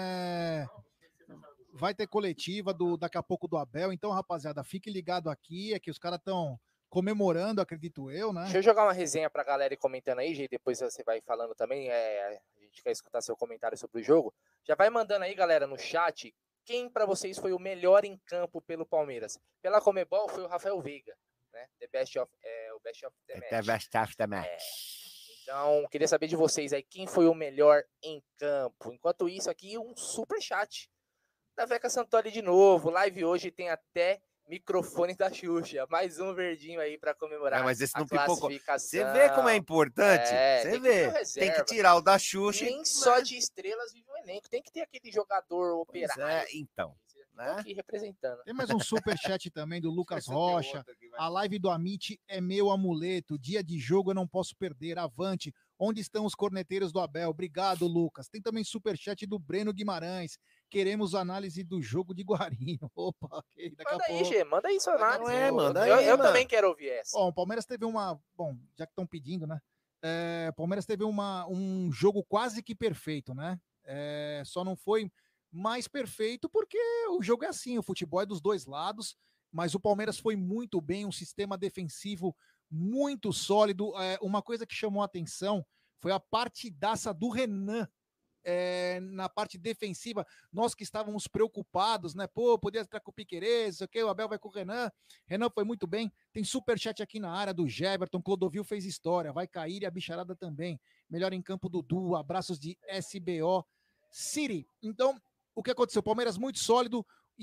vai ter coletiva daqui a pouco do Abel. Então, rapaziada, fique ligado aqui. É que os caras estão comemorando, acredito eu, né? Deixa eu jogar uma resenha pra galera ir comentando aí, gente. Depois você vai falando também. A gente quer escutar seu comentário sobre o jogo. Já vai mandando aí, galera, no chat. Quem pra vocês foi o melhor em campo pelo Palmeiras? Pela Comebol foi o Rafael Veiga, né? O best of the match. The best of the match. Então, queria saber de vocês aí, quem foi o melhor em campo? Enquanto isso, aqui um super chat da Veca Santoli de novo. Live hoje tem até microfone da Xuxa. Mais um verdinho aí para comemorar. Mas esse não a classificação. Pipocou. Você vê como é importante? Você vê. Tem que tirar o da Xuxa. Nem só de estrelas vive o elenco. Tem que ter aquele jogador operário. Então. Aqui representando. Tem mais um superchat também do Lucas Rocha. A live do Amit é meu amuleto. Dia de jogo eu não posso perder. Avante. Onde estão os corneteiros do Abel? Obrigado, Lucas. Tem também superchat do Breno Guimarães. Queremos análise do jogo de Guarino. Opa, ok. Daqui manda a pouco. Aí, Gê. Manda aí sua análise. Manda aí, eu também quero ouvir essa. Ó, o Palmeiras teve uma... Bom, já que estão pedindo, né? O Palmeiras teve um jogo quase que perfeito, né? Só não foi mais perfeito porque o jogo é assim, o futebol é dos dois lados, mas o Palmeiras foi muito bem, um sistema defensivo muito sólido. Uma coisa que chamou a atenção foi a partidaça do Renan na parte defensiva. Nós que estávamos preocupados, né? Pô, podia entrar com o Piquerez, ok, o Abel vai com o Renan. Renan foi muito bem. Tem superchat aqui na área do Jeverton. Clodovil fez história, vai cair e a bicharada também. Melhor em campo Dudu, abraços de SBO City. Então, o que aconteceu? O Palmeiras muito sólido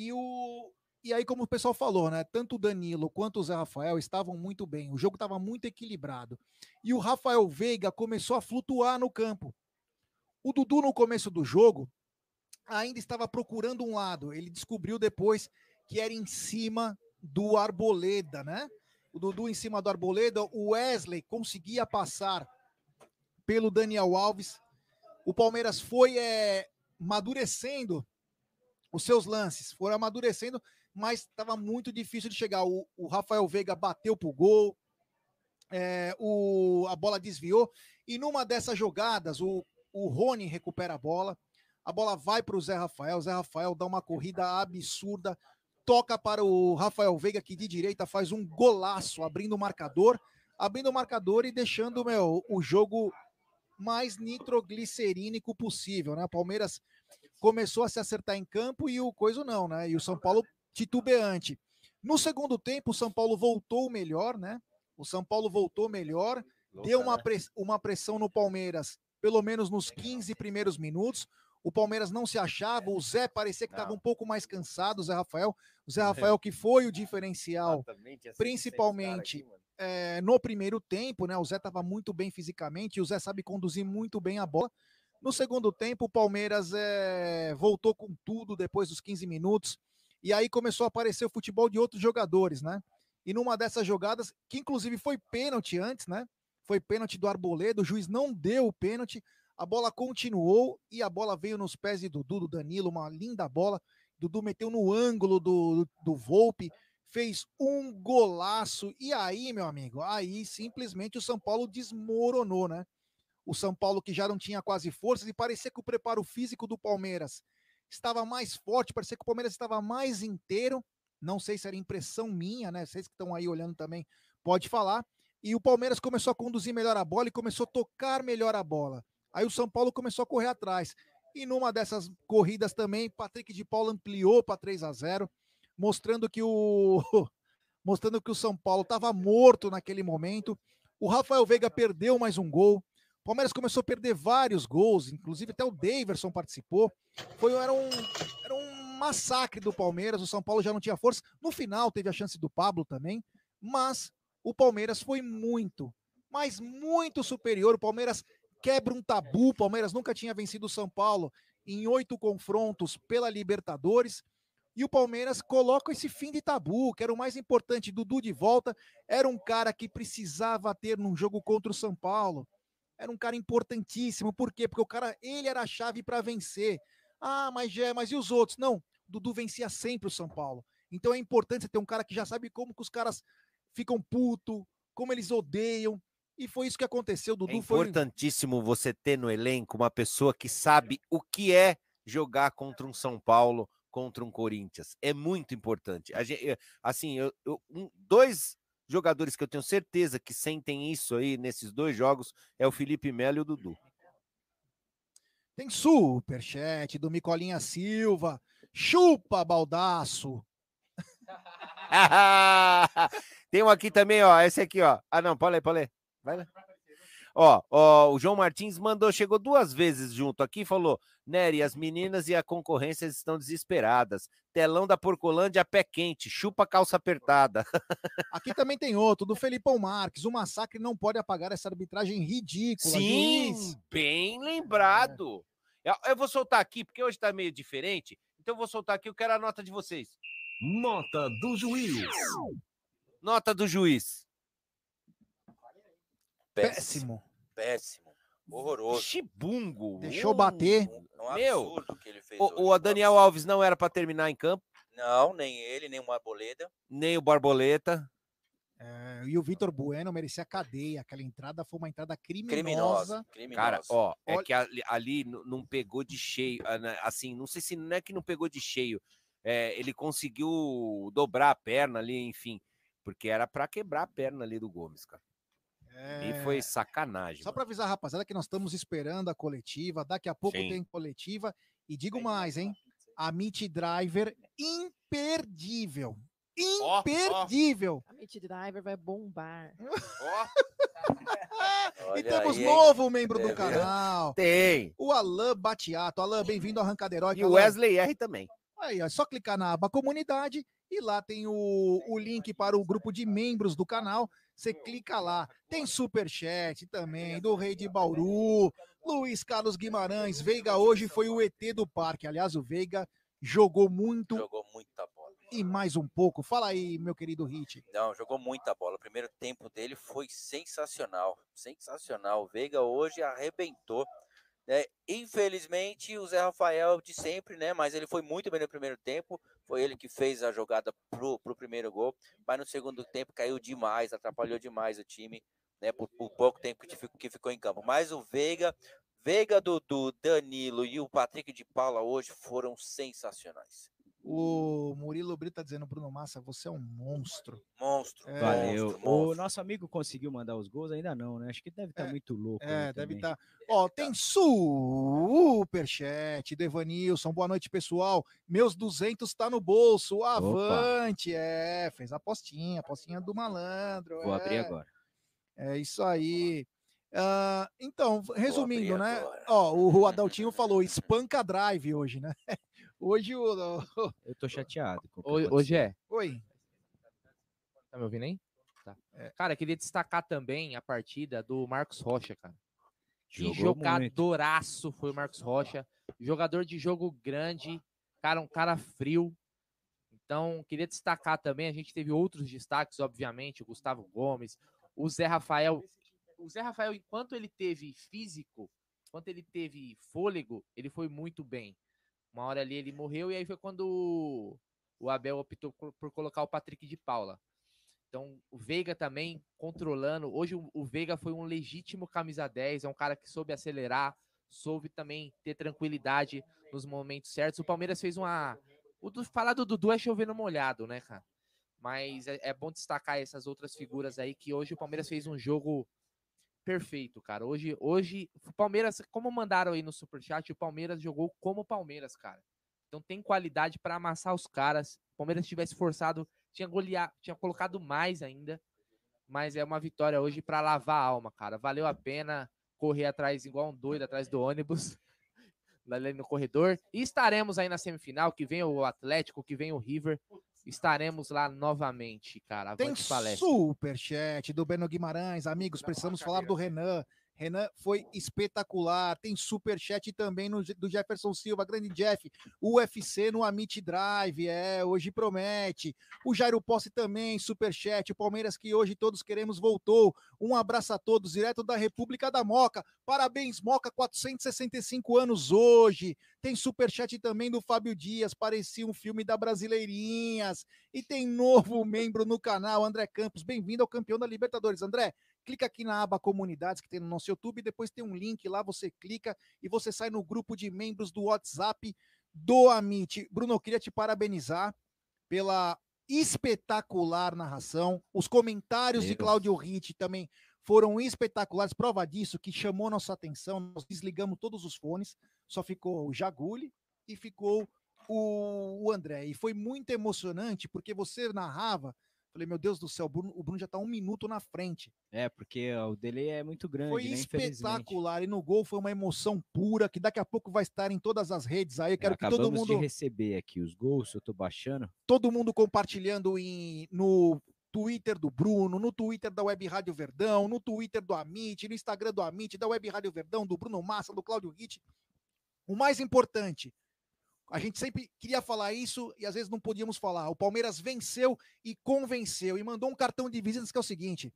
e aí, como o pessoal falou, né? Tanto o Danilo quanto o Zé Rafael estavam muito bem. O jogo estava muito equilibrado. E o Rafael Veiga começou a flutuar no campo. O Dudu, no começo do jogo, ainda estava procurando um lado. Ele descobriu depois que era em cima do Arboleda, né? O Dudu em cima do Arboleda. O Wesley conseguia passar pelo Daniel Alves. O Palmeiras foi amadurecendo os seus lances, foram amadurecendo, mas estava muito difícil de chegar. O Rafael Veiga bateu pro gol, a bola desviou, e numa dessas jogadas, o Rony recupera a bola vai para o Zé Rafael dá uma corrida absurda, toca para o Rafael Veiga, que de direita faz um golaço, abrindo o marcador e deixando, o jogo mais nitroglicerínico possível, né? O Palmeiras começou a se acertar em campo e o coisa não, né? E o São Paulo titubeante. No segundo tempo, o São Paulo voltou melhor, né? Deu uma pressão no Palmeiras, pelo menos nos 15 primeiros minutos. O Palmeiras não se achava, o Zé parecia que estava um pouco mais cansado, o Zé Rafael que foi o diferencial, principalmente no primeiro tempo, né? O Zé estava muito bem fisicamente, e o Zé sabe conduzir muito bem a bola. No segundo tempo, o Palmeiras voltou com tudo depois dos 15 minutos, e aí começou a aparecer o futebol de outros jogadores, né? E numa dessas jogadas, que inclusive foi pênalti antes, né? Foi pênalti do Arboleda, o juiz não deu o pênalti, a bola continuou e a bola veio nos pés de Dudu, do Danilo, uma linda bola. Dudu meteu no ângulo do Volpi, fez um golaço. E aí, meu amigo, aí simplesmente o São Paulo desmoronou, né? O São Paulo que já não tinha quase forças e parecia que o preparo físico do Palmeiras estava mais forte, parecia que o Palmeiras estava mais inteiro. Não sei se era impressão minha, né? Vocês que estão aí olhando também, pode falar. E o Palmeiras começou a conduzir melhor a bola e começou a tocar melhor a bola. Aí o São Paulo começou a correr atrás. E numa dessas corridas também, Patrick de Paula ampliou para 3-0, mostrando que o São Paulo estava morto naquele momento. O Rafael Veiga perdeu mais um gol. O Palmeiras começou a perder vários gols, inclusive até o Daverson participou. Era um massacre do Palmeiras, o São Paulo já não tinha força. No final teve a chance do Pablo também, mas o Palmeiras foi muito, mas muito superior. O Palmeiras quebra um tabu, o Palmeiras nunca tinha vencido o São Paulo em 8 confrontos pela Libertadores, e o Palmeiras coloca esse fim de tabu, que era o mais importante. Dudu de volta, era um cara que precisava ter num jogo contra o São Paulo, era um cara importantíssimo. Por quê? Porque o cara, ele era a chave para vencer. Mas e os outros? Não, Dudu vencia sempre o São Paulo. Então é importante você ter um cara que já sabe como que os caras ficam putos, como eles odeiam. E foi isso que aconteceu. Dudu importantíssimo você ter no elenco uma pessoa que sabe o que é jogar contra um São Paulo, contra um Corinthians. É muito importante. Dois jogadores que eu tenho certeza que sentem isso aí nesses dois jogos é o Felipe Melo e o Dudu. Tem superchat do Micolinha Silva. Chupa, baldaço. Tem um aqui também, ó. Esse aqui, ó. Não, pode ler. Vai lá. Ó, o João Martins chegou 2 vezes junto aqui e falou: Nery, as meninas e a concorrência estão desesperadas. Telão da Porcolândia, pé quente, chupa calça apertada. Aqui também tem outro, do Felipão Marques. O massacre não pode apagar essa arbitragem ridícula. Sim, juiz. Bem lembrado. Eu vou soltar aqui, porque hoje tá meio diferente. Então eu vou soltar aqui, eu quero a nota de vocês. Nota do juiz. Nota do juiz. Péssimo. Horroroso. Chibungo. Deixou bater. Absurdo que ele fez. O Daniel Alves não era para terminar em campo. Não, nem ele, nem o Arboleda. Nem o Barboleta. E o Vitor Bueno merecia cadeia. Aquela entrada foi uma entrada criminosa. Cara, é que ali não pegou de cheio. Assim, não sei se não é que não pegou de cheio. Ele conseguiu dobrar a perna ali, enfim. Porque era para quebrar a perna ali do Gomes, cara. E foi sacanagem. Só para avisar, rapaziada, que nós estamos esperando a coletiva. Daqui a pouco tem coletiva. E digo mais, hein? A Meet Driver imperdível. Imperdível. A Meet Driver vai bombar. E temos novo membro do canal. Tem. O Alain Batiato. Alain, bem-vindo ao Arrancada Heróica. E o Wesley R também. Aí, é só clicar na aba comunidade e lá tem o link para o grupo de membros do canal. Você clica lá, tem superchat também, do Rei de Bauru, Luiz Carlos Guimarães. Veiga hoje foi o ET do parque. Aliás, o Veiga jogou muito. Jogou muita bola. E mais um pouco. Fala aí, meu querido Hit. Não, jogou muita bola. O primeiro tempo dele foi sensacional. Sensacional. O Veiga hoje arrebentou. Infelizmente, o Zé Rafael de sempre, né? Mas ele foi muito bem no primeiro tempo. Foi ele que fez a jogada pro primeiro gol. Mas no segundo tempo caiu demais, atrapalhou demais o time, né? Por pouco tempo que ficou em campo. Mas o Veiga, Dudu, Danilo e o Patrick de Paula hoje foram sensacionais. O Murilo Brito tá dizendo, Bruno Massa, você é um monstro. Monstro. Valeu. O nosso amigo conseguiu mandar os gols? Ainda não, né? Acho que deve estar muito louco. Deve estar. Ó, tem superchat do Evanilson. Boa noite, pessoal. Meus 200 tá no bolso. Avante. Fez a apostinha do malandro. Vou abrir agora. É isso aí. Então, resumindo, né? Ó, o Adaltinho falou, espanca drive hoje, né? Hoje o... Eu tô chateado. Hoje é. Oi. Tá me ouvindo aí? Tá. Cara, queria destacar também a partida do Marcos Rocha, cara. Que jogadoraço foi o Marcos Rocha. Jogador de jogo grande, cara, um cara frio. Então, queria destacar também, a gente teve outros destaques, obviamente, o Gustavo Gomes, o Zé Rafael. O Zé Rafael, enquanto ele teve físico, enquanto ele teve fôlego, ele foi muito bem. Uma hora ali ele morreu e aí foi quando o Abel optou por colocar o Patrick de Paula. Então, o Veiga também controlando. Hoje o Veiga foi um legítimo camisa 10, é um cara que soube acelerar, soube também ter tranquilidade nos momentos certos. O Palmeiras fez uma... Falar do Dudu é chover no molhado, né, cara? Mas é bom destacar essas outras figuras aí, que hoje o Palmeiras fez um jogo perfeito, cara. Hoje o Palmeiras, como mandaram aí no Superchat, o Palmeiras jogou como Palmeiras, cara. Então tem qualidade para amassar os caras. Se o Palmeiras tivesse forçado, tinha colocado mais ainda. Mas é uma vitória hoje para lavar a alma, cara. Valeu a pena correr atrás, igual um doido, atrás do ônibus, ali no corredor. E estaremos aí na semifinal, que vem o Atlético, que vem o River. Estaremos lá novamente, cara. Tem superchat do Beno Guimarães. Amigos, precisamos falar do Renan. Renan foi espetacular. Tem superchat também do Jefferson Silva, grande Jeff. UFC no Amit Drive, hoje promete. O Jairo Posse também, superchat. O Palmeiras que hoje todos queremos voltou. Um abraço a todos, direto da República da Moca. Parabéns, Moca, 465 anos hoje. Tem superchat também do Fábio Dias, parecia um filme da Brasileirinhas. E tem novo membro no canal, André Campos. Bem-vindo ao campeão da Libertadores. André, clica aqui na aba Comunidades que tem no nosso YouTube, depois tem um link lá, você clica e você sai no grupo de membros do WhatsApp do Amit. Bruno, eu queria te parabenizar pela espetacular narração. Os comentários de Cláudio Ritt também foram espetaculares, prova disso que chamou nossa atenção. Nós desligamos todos os fones, só ficou o Jaguli e ficou o André. E foi muito emocionante porque você narrava. Falei, meu Deus do céu, o Bruno já tá 1 minuto na frente. Porque o delay é muito grande, foi, né? espetacular. E no gol foi uma emoção pura, que daqui a pouco vai estar em todas as redes aí. Eu quero que todo mundo... de receber aqui os gols, eu tô baixando. Todo mundo compartilhando no Twitter do Bruno, no Twitter da Web Rádio Verdão, no Twitter do Amit, no Instagram do Amit, da Web Rádio Verdão, do Bruno Massa, do Cláudio Ritt. O mais importante... A gente sempre queria falar isso e às vezes não podíamos falar. O Palmeiras venceu e convenceu e mandou um cartão de visitas que é o seguinte.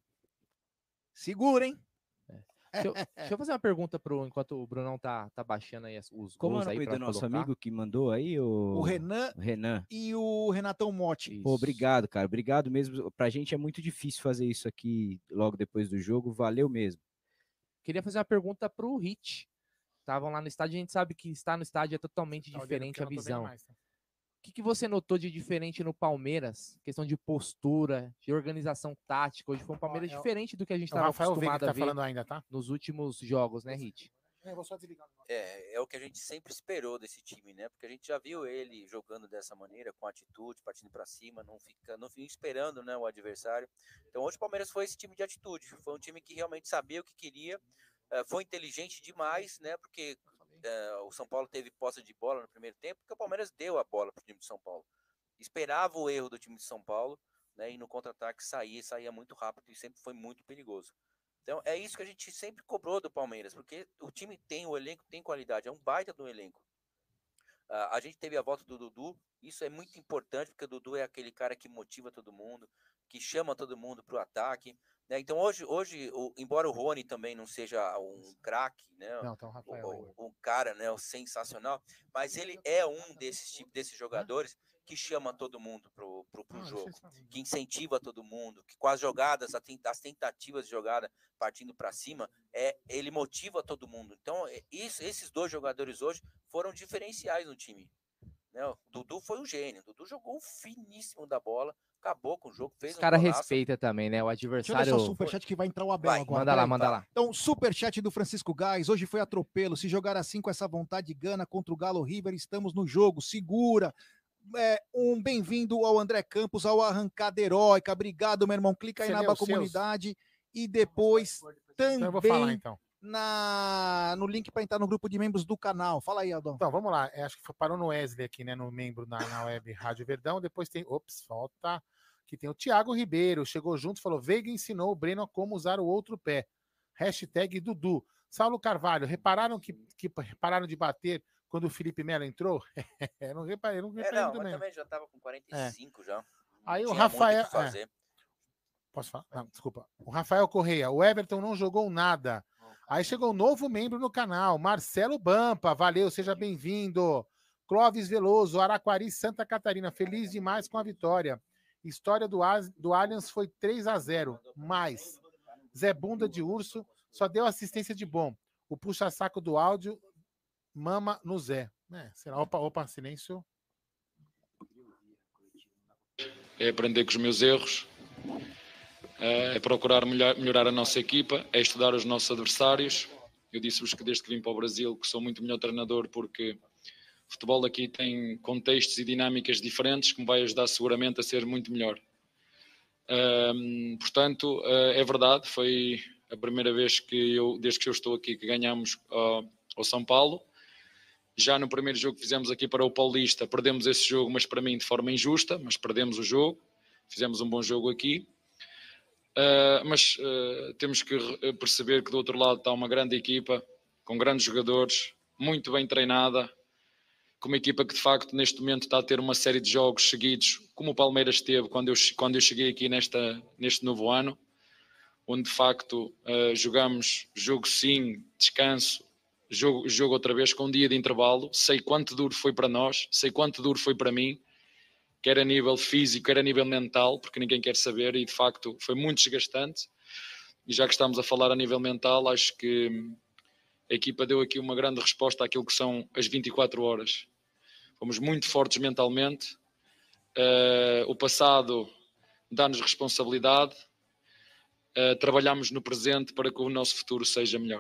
Segurem. Deixa eu fazer uma pergunta enquanto o Brunão tá baixando aí os gols. Como é o nome do nosso amigo que mandou aí? O Renan e o Renatão Motti. Pô, obrigado, cara. Obrigado mesmo. Pra gente é muito difícil fazer isso aqui logo depois do jogo. Valeu mesmo. Queria fazer uma pergunta pro Ritt. Estavam lá no estádio, a gente sabe que estar no estádio é totalmente diferente a visão. O que você notou de diferente no Palmeiras? Questão de postura, de organização tática. Hoje foi um Palmeiras diferente do que a gente estava acostumado a ver falando ainda, tá? Nos últimos jogos, né, Ritt? É o que a gente sempre esperou desse time, né? Porque a gente já viu ele jogando dessa maneira, com atitude, partindo para cima, não fica esperando, né, o adversário. Então hoje o Palmeiras foi esse time de atitude. Foi um time que realmente sabia o que queria. Foi inteligente demais, né? Porque o São Paulo teve posse de bola no primeiro tempo, porque o Palmeiras deu a bola para o time de São Paulo. Esperava o erro do time de São Paulo, né? E no contra-ataque saía muito rápido e sempre foi muito perigoso. Então é isso que a gente sempre cobrou do Palmeiras, porque o time o elenco tem qualidade, é um baita do elenco. A gente teve a volta do Dudu, isso é muito importante, porque o Dudu é aquele cara que motiva todo mundo, que chama todo mundo para o ataque, Né? Então hoje embora o Rony também não seja um craque, né? Não, tá o Rafael. Um cara, né, sensacional, mas ele é um desses jogadores que chama todo mundo pro jogo, que incentiva todo mundo, que com as jogadas, as tentativas de jogada partindo para cima, ele motiva todo mundo. Então esses dois jogadores hoje foram diferenciais no time. Né? O Dudu foi um gênio, o Dudu jogou finíssimo da bola, acabou com o jogo, fez Os caras respeitam também, né? O adversário. Deixa eu ler só o superchat que vai entrar o Abel agora. Manda lá. Então, superchat do Francisco Gás. Hoje foi atropelo. Se jogar assim com essa vontade de gana contra o Galo River, estamos no jogo. Segura. Um bem-vindo ao André Campos, ao Arrancada Heróica. Obrigado, meu irmão. Clica aí na aba comunidade e depois também eu vou falar, então. no link para entrar no grupo de membros do canal. Fala aí, Aldão. Então, vamos lá. Acho que parou no Wesley aqui, né? No membro na web Rádio Verdão. Depois tem. Falta. Aqui tem o Thiago Ribeiro. Chegou junto e falou: Veiga ensinou o Breno a como usar o outro pé. Hashtag Dudu. Saulo Carvalho, repararam que pararam de bater quando o Felipe Melo entrou? Não reparei não, também. Mas também já estava com 45 já. Aí o Rafael. Posso falar? Não, desculpa. O Rafael Correia, o Everton não jogou nada. Aí chegou um novo membro no canal, Marcelo Bampa. Valeu, seja bem-vindo. Clóvis Veloso, Araquari, Santa Catarina. Feliz demais com a vitória. História do Allianz foi 3-0. Mais. Zé Bunda de Urso só deu assistência de bom. O puxa-saco do áudio mama no Zé. Será? Opa, silêncio. É aprender com os meus erros, é procurar melhorar a nossa equipa, é estudar os nossos adversários. Eu disse-vos que desde que vim para o Brasil que sou muito melhor treinador, porque o futebol aqui tem contextos e dinâmicas diferentes que me vai ajudar seguramente a ser muito melhor. Portanto, é verdade, foi a primeira vez desde que eu estou aqui, que ganhamos ao São Paulo. Já no primeiro jogo que fizemos aqui para o Paulista, perdemos esse jogo, mas para mim de forma injusta, mas perdemos o jogo, fizemos um bom jogo aqui. Mas temos que perceber que do outro lado está uma grande equipa, com grandes jogadores, muito bem treinada, com uma equipa que de facto neste momento está a ter uma série de jogos seguidos, como o Palmeiras teve quando eu cheguei aqui neste novo ano, onde de facto jogamos jogo sim, descanso, jogo outra vez com um dia de intervalo. Sei quanto duro foi para nós, sei quanto duro foi para mim, quer a nível físico, quer a nível mental, porque ninguém quer saber, e de facto foi muito desgastante. E já que estamos a falar a nível mental, acho que a equipa deu aqui uma grande resposta àquilo que são as 24 horas. Fomos muito fortes mentalmente, o passado dá-nos responsabilidade, trabalhamos no presente para que o nosso futuro seja melhor.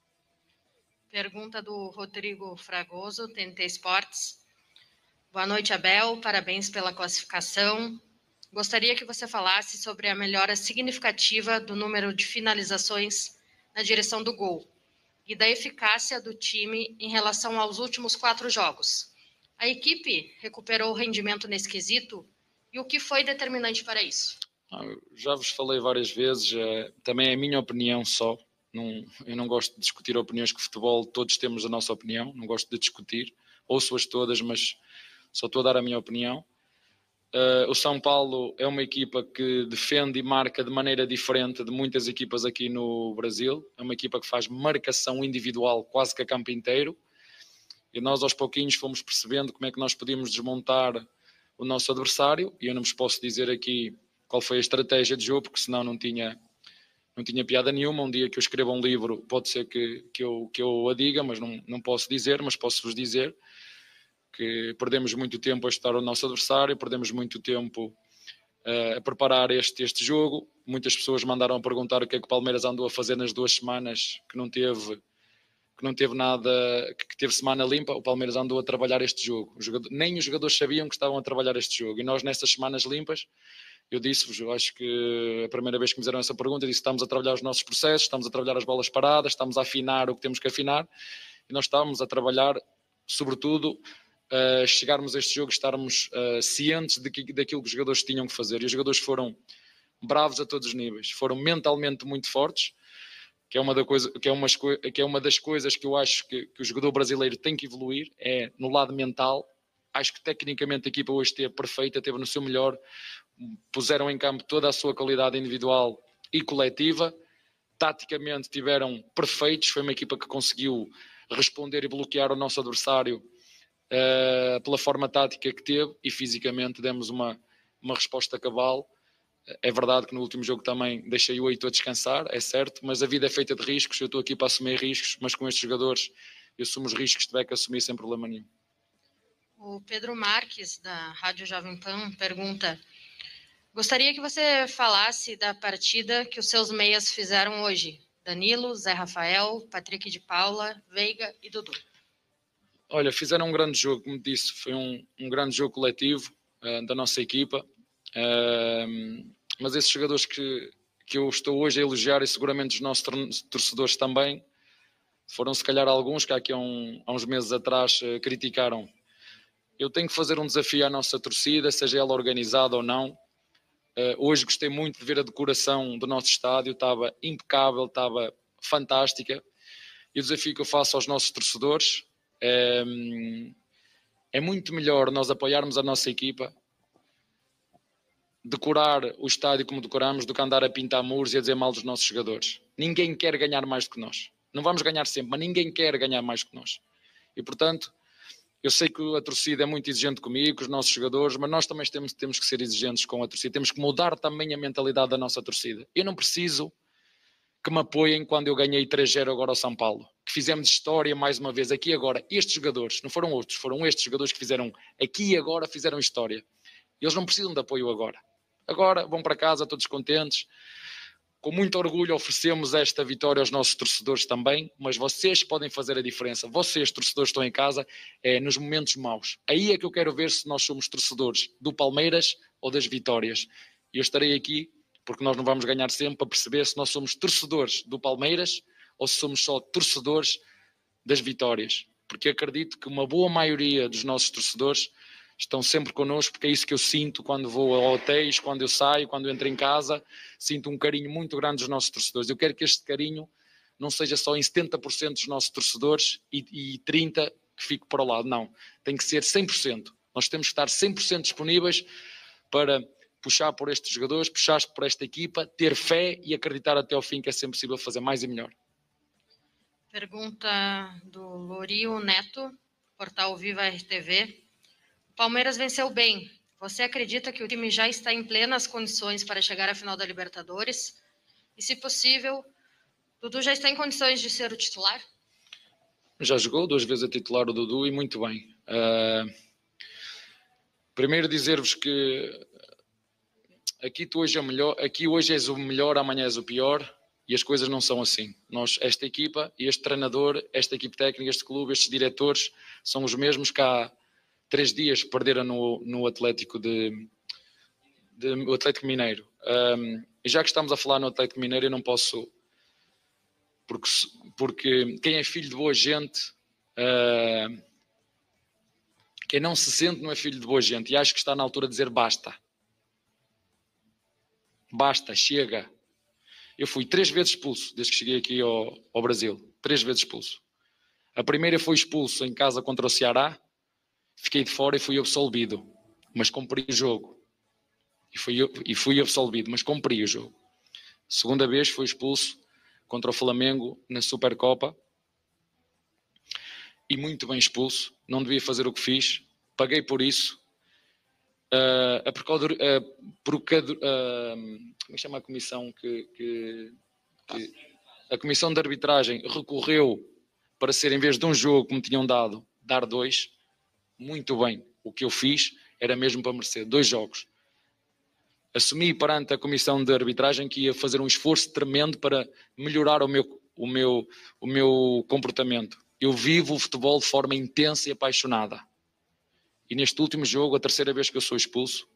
Pergunta do Rodrigo Fragoso, TNT Esportes. Boa noite, Abel. Parabéns pela classificação. Gostaria que você falasse sobre a melhora significativa do número de finalizações na direção do gol e da eficácia do time em relação aos últimos 4 jogos. A equipe recuperou o rendimento nesse quesito e o que foi determinante para isso? Já vos falei várias vezes, também é a minha opinião só. Eu não gosto de discutir opiniões que futebol, todos temos a nossa opinião, não gosto de discutir, ouço-as todas, mas só estou a dar a minha opinião. O São Paulo é uma equipa que defende e marca de maneira diferente de muitas equipas aqui no Brasil, é uma equipa que faz marcação individual quase que a campo inteiro, e nós aos pouquinhos fomos percebendo como é que nós podíamos desmontar o nosso adversário, e eu não vos posso dizer aqui qual foi a estratégia de jogo, porque senão não tinha piada nenhuma. Um dia que eu escreva um livro pode ser que eu a diga, mas não posso dizer, mas posso-vos dizer que perdemos muito tempo a estudar o nosso adversário, perdemos muito tempo a preparar este jogo. Muitas pessoas mandaram a perguntar o que é que o Palmeiras andou a fazer nas 2 semanas que não teve nada, que teve semana limpa. O Palmeiras andou a trabalhar este jogo. Nem os jogadores sabiam que estavam a trabalhar este jogo, e nós nessas semanas limpas, eu disse-vos, eu acho que a primeira vez que me fizeram essa pergunta, eu disse: estamos a trabalhar os nossos processos, estamos a trabalhar as bolas paradas, estamos a afinar o que temos que afinar, e nós estávamos a trabalhar, sobretudo, chegarmos a este jogo, estarmos cientes daquilo que os jogadores tinham que fazer, e os jogadores foram bravos a todos os níveis, foram mentalmente muito fortes, que é uma das coisas que eu acho que o jogador brasileiro tem que evoluir, é no lado mental. Acho que tecnicamente a equipa hoje esteve perfeita, esteve no seu melhor, puseram em campo toda a sua qualidade individual e coletiva. Taticamente tiveram perfeitos, foi uma equipa que conseguiu responder e bloquear o nosso adversário pela forma tática que teve, e fisicamente demos uma resposta cabal. É verdade que no último jogo também deixei o Heitor descansar, é certo, mas a vida é feita de riscos, eu estou aqui para assumir riscos, mas com estes jogadores eu assumo os riscos que tiver que assumir sem problema nenhum. O Pedro Marques, da Rádio Jovem Pan, pergunta: gostaria que você falasse da partida que os seus meias fizeram hoje. Danilo, Zé Rafael, Patrick de Paula, Veiga e Dudu. Olha, fizeram um grande jogo, como disse, foi um grande jogo coletivo da nossa equipa. Mas esses jogadores que eu estou hoje a elogiar, e seguramente os nossos torcedores também, foram se calhar alguns que aqui há uns meses atrás criticaram. Eu tenho que fazer um desafio à nossa torcida, seja ela organizada ou não. Hoje gostei muito de ver a decoração do nosso estádio, estava impecável, estava fantástica. E o desafio que eu faço aos nossos torcedores é muito melhor nós apoiarmos a nossa equipa, decorar o estádio como decoramos, do que andar a pintar muros e a dizer mal dos nossos jogadores. Ninguém quer ganhar mais do que nós. Não vamos ganhar sempre, mas ninguém quer ganhar mais do que nós. E, portanto, eu sei que a torcida é muito exigente comigo, com os nossos jogadores, mas nós também temos que ser exigentes com a torcida. Temos que mudar também a mentalidade da nossa torcida. Eu não preciso que me apoiem quando eu ganhei 3-0 agora ao São Paulo, que fizemos história mais uma vez aqui agora. Estes jogadores, não foram outros, foram estes jogadores que fizeram aqui e agora, fizeram história. Eles não precisam de apoio agora. Agora vão para casa todos contentes. Com muito orgulho oferecemos esta vitória aos nossos torcedores também, mas vocês podem fazer a diferença. Vocês, torcedores, estão em casa nos momentos maus. Aí é que eu quero ver se nós somos torcedores do Palmeiras ou das vitórias. E eu estarei aqui, porque nós não vamos ganhar sempre, para perceber se nós somos torcedores do Palmeiras ou se somos só torcedores das vitórias. Porque acredito que uma boa maioria dos nossos torcedores estão sempre connosco, porque é isso que eu sinto quando vou a hotéis, quando eu saio, quando eu entro em casa. Sinto um carinho muito grande dos nossos torcedores. Eu quero que este carinho não seja só em 70% dos nossos torcedores e 30% que fique para o lado. Não, tem que ser 100%. Nós temos que estar 100% disponíveis para puxar por estes jogadores, puxar por esta equipa, ter fé e acreditar até ao fim que é sempre possível fazer mais e melhor. Pergunta do Lorio Neto, portal Viva RTV. O Palmeiras venceu bem. Você acredita que o time já está em plenas condições para chegar à final da Libertadores? E, se possível, Dudu já está em condições de ser o titular? Já jogou 2 vezes a titular o Dudu e muito bem. Primeiro dizer-vos que aqui hoje és o melhor, amanhã és o pior, e as coisas não são assim. Esta equipa, este treinador, esta equipe técnica, este clube, estes diretores, são os mesmos que há 3 dias perderam no Atlético o Atlético Mineiro. E já que estamos a falar no Atlético Mineiro, eu não posso, porque quem é filho de boa gente, quem não se sente não é filho de boa gente, e acho que está na altura de dizer basta. Basta, chega. Eu fui 3 vezes expulso desde que cheguei aqui ao Brasil. 3 vezes expulso. A primeira foi expulso em casa contra o Ceará. Fiquei de fora e fui absolvido, mas cumpri o jogo. E fui absolvido, mas cumpri o jogo. Segunda vez fui expulso contra o Flamengo na Supercopa. E muito bem expulso. Não devia fazer o que fiz. Paguei por isso. Como é que chama a comissão a comissão de arbitragem recorreu para ser, em vez de um jogo que me tinham dado, dar 2. Muito bem, o que eu fiz era mesmo para merecer 2 jogos. Assumi perante a comissão de arbitragem que ia fazer um esforço tremendo para melhorar o meu comportamento. Eu vivo o futebol de forma intensa e apaixonada. E neste último jogo, a 3ª vez que eu sou expulso,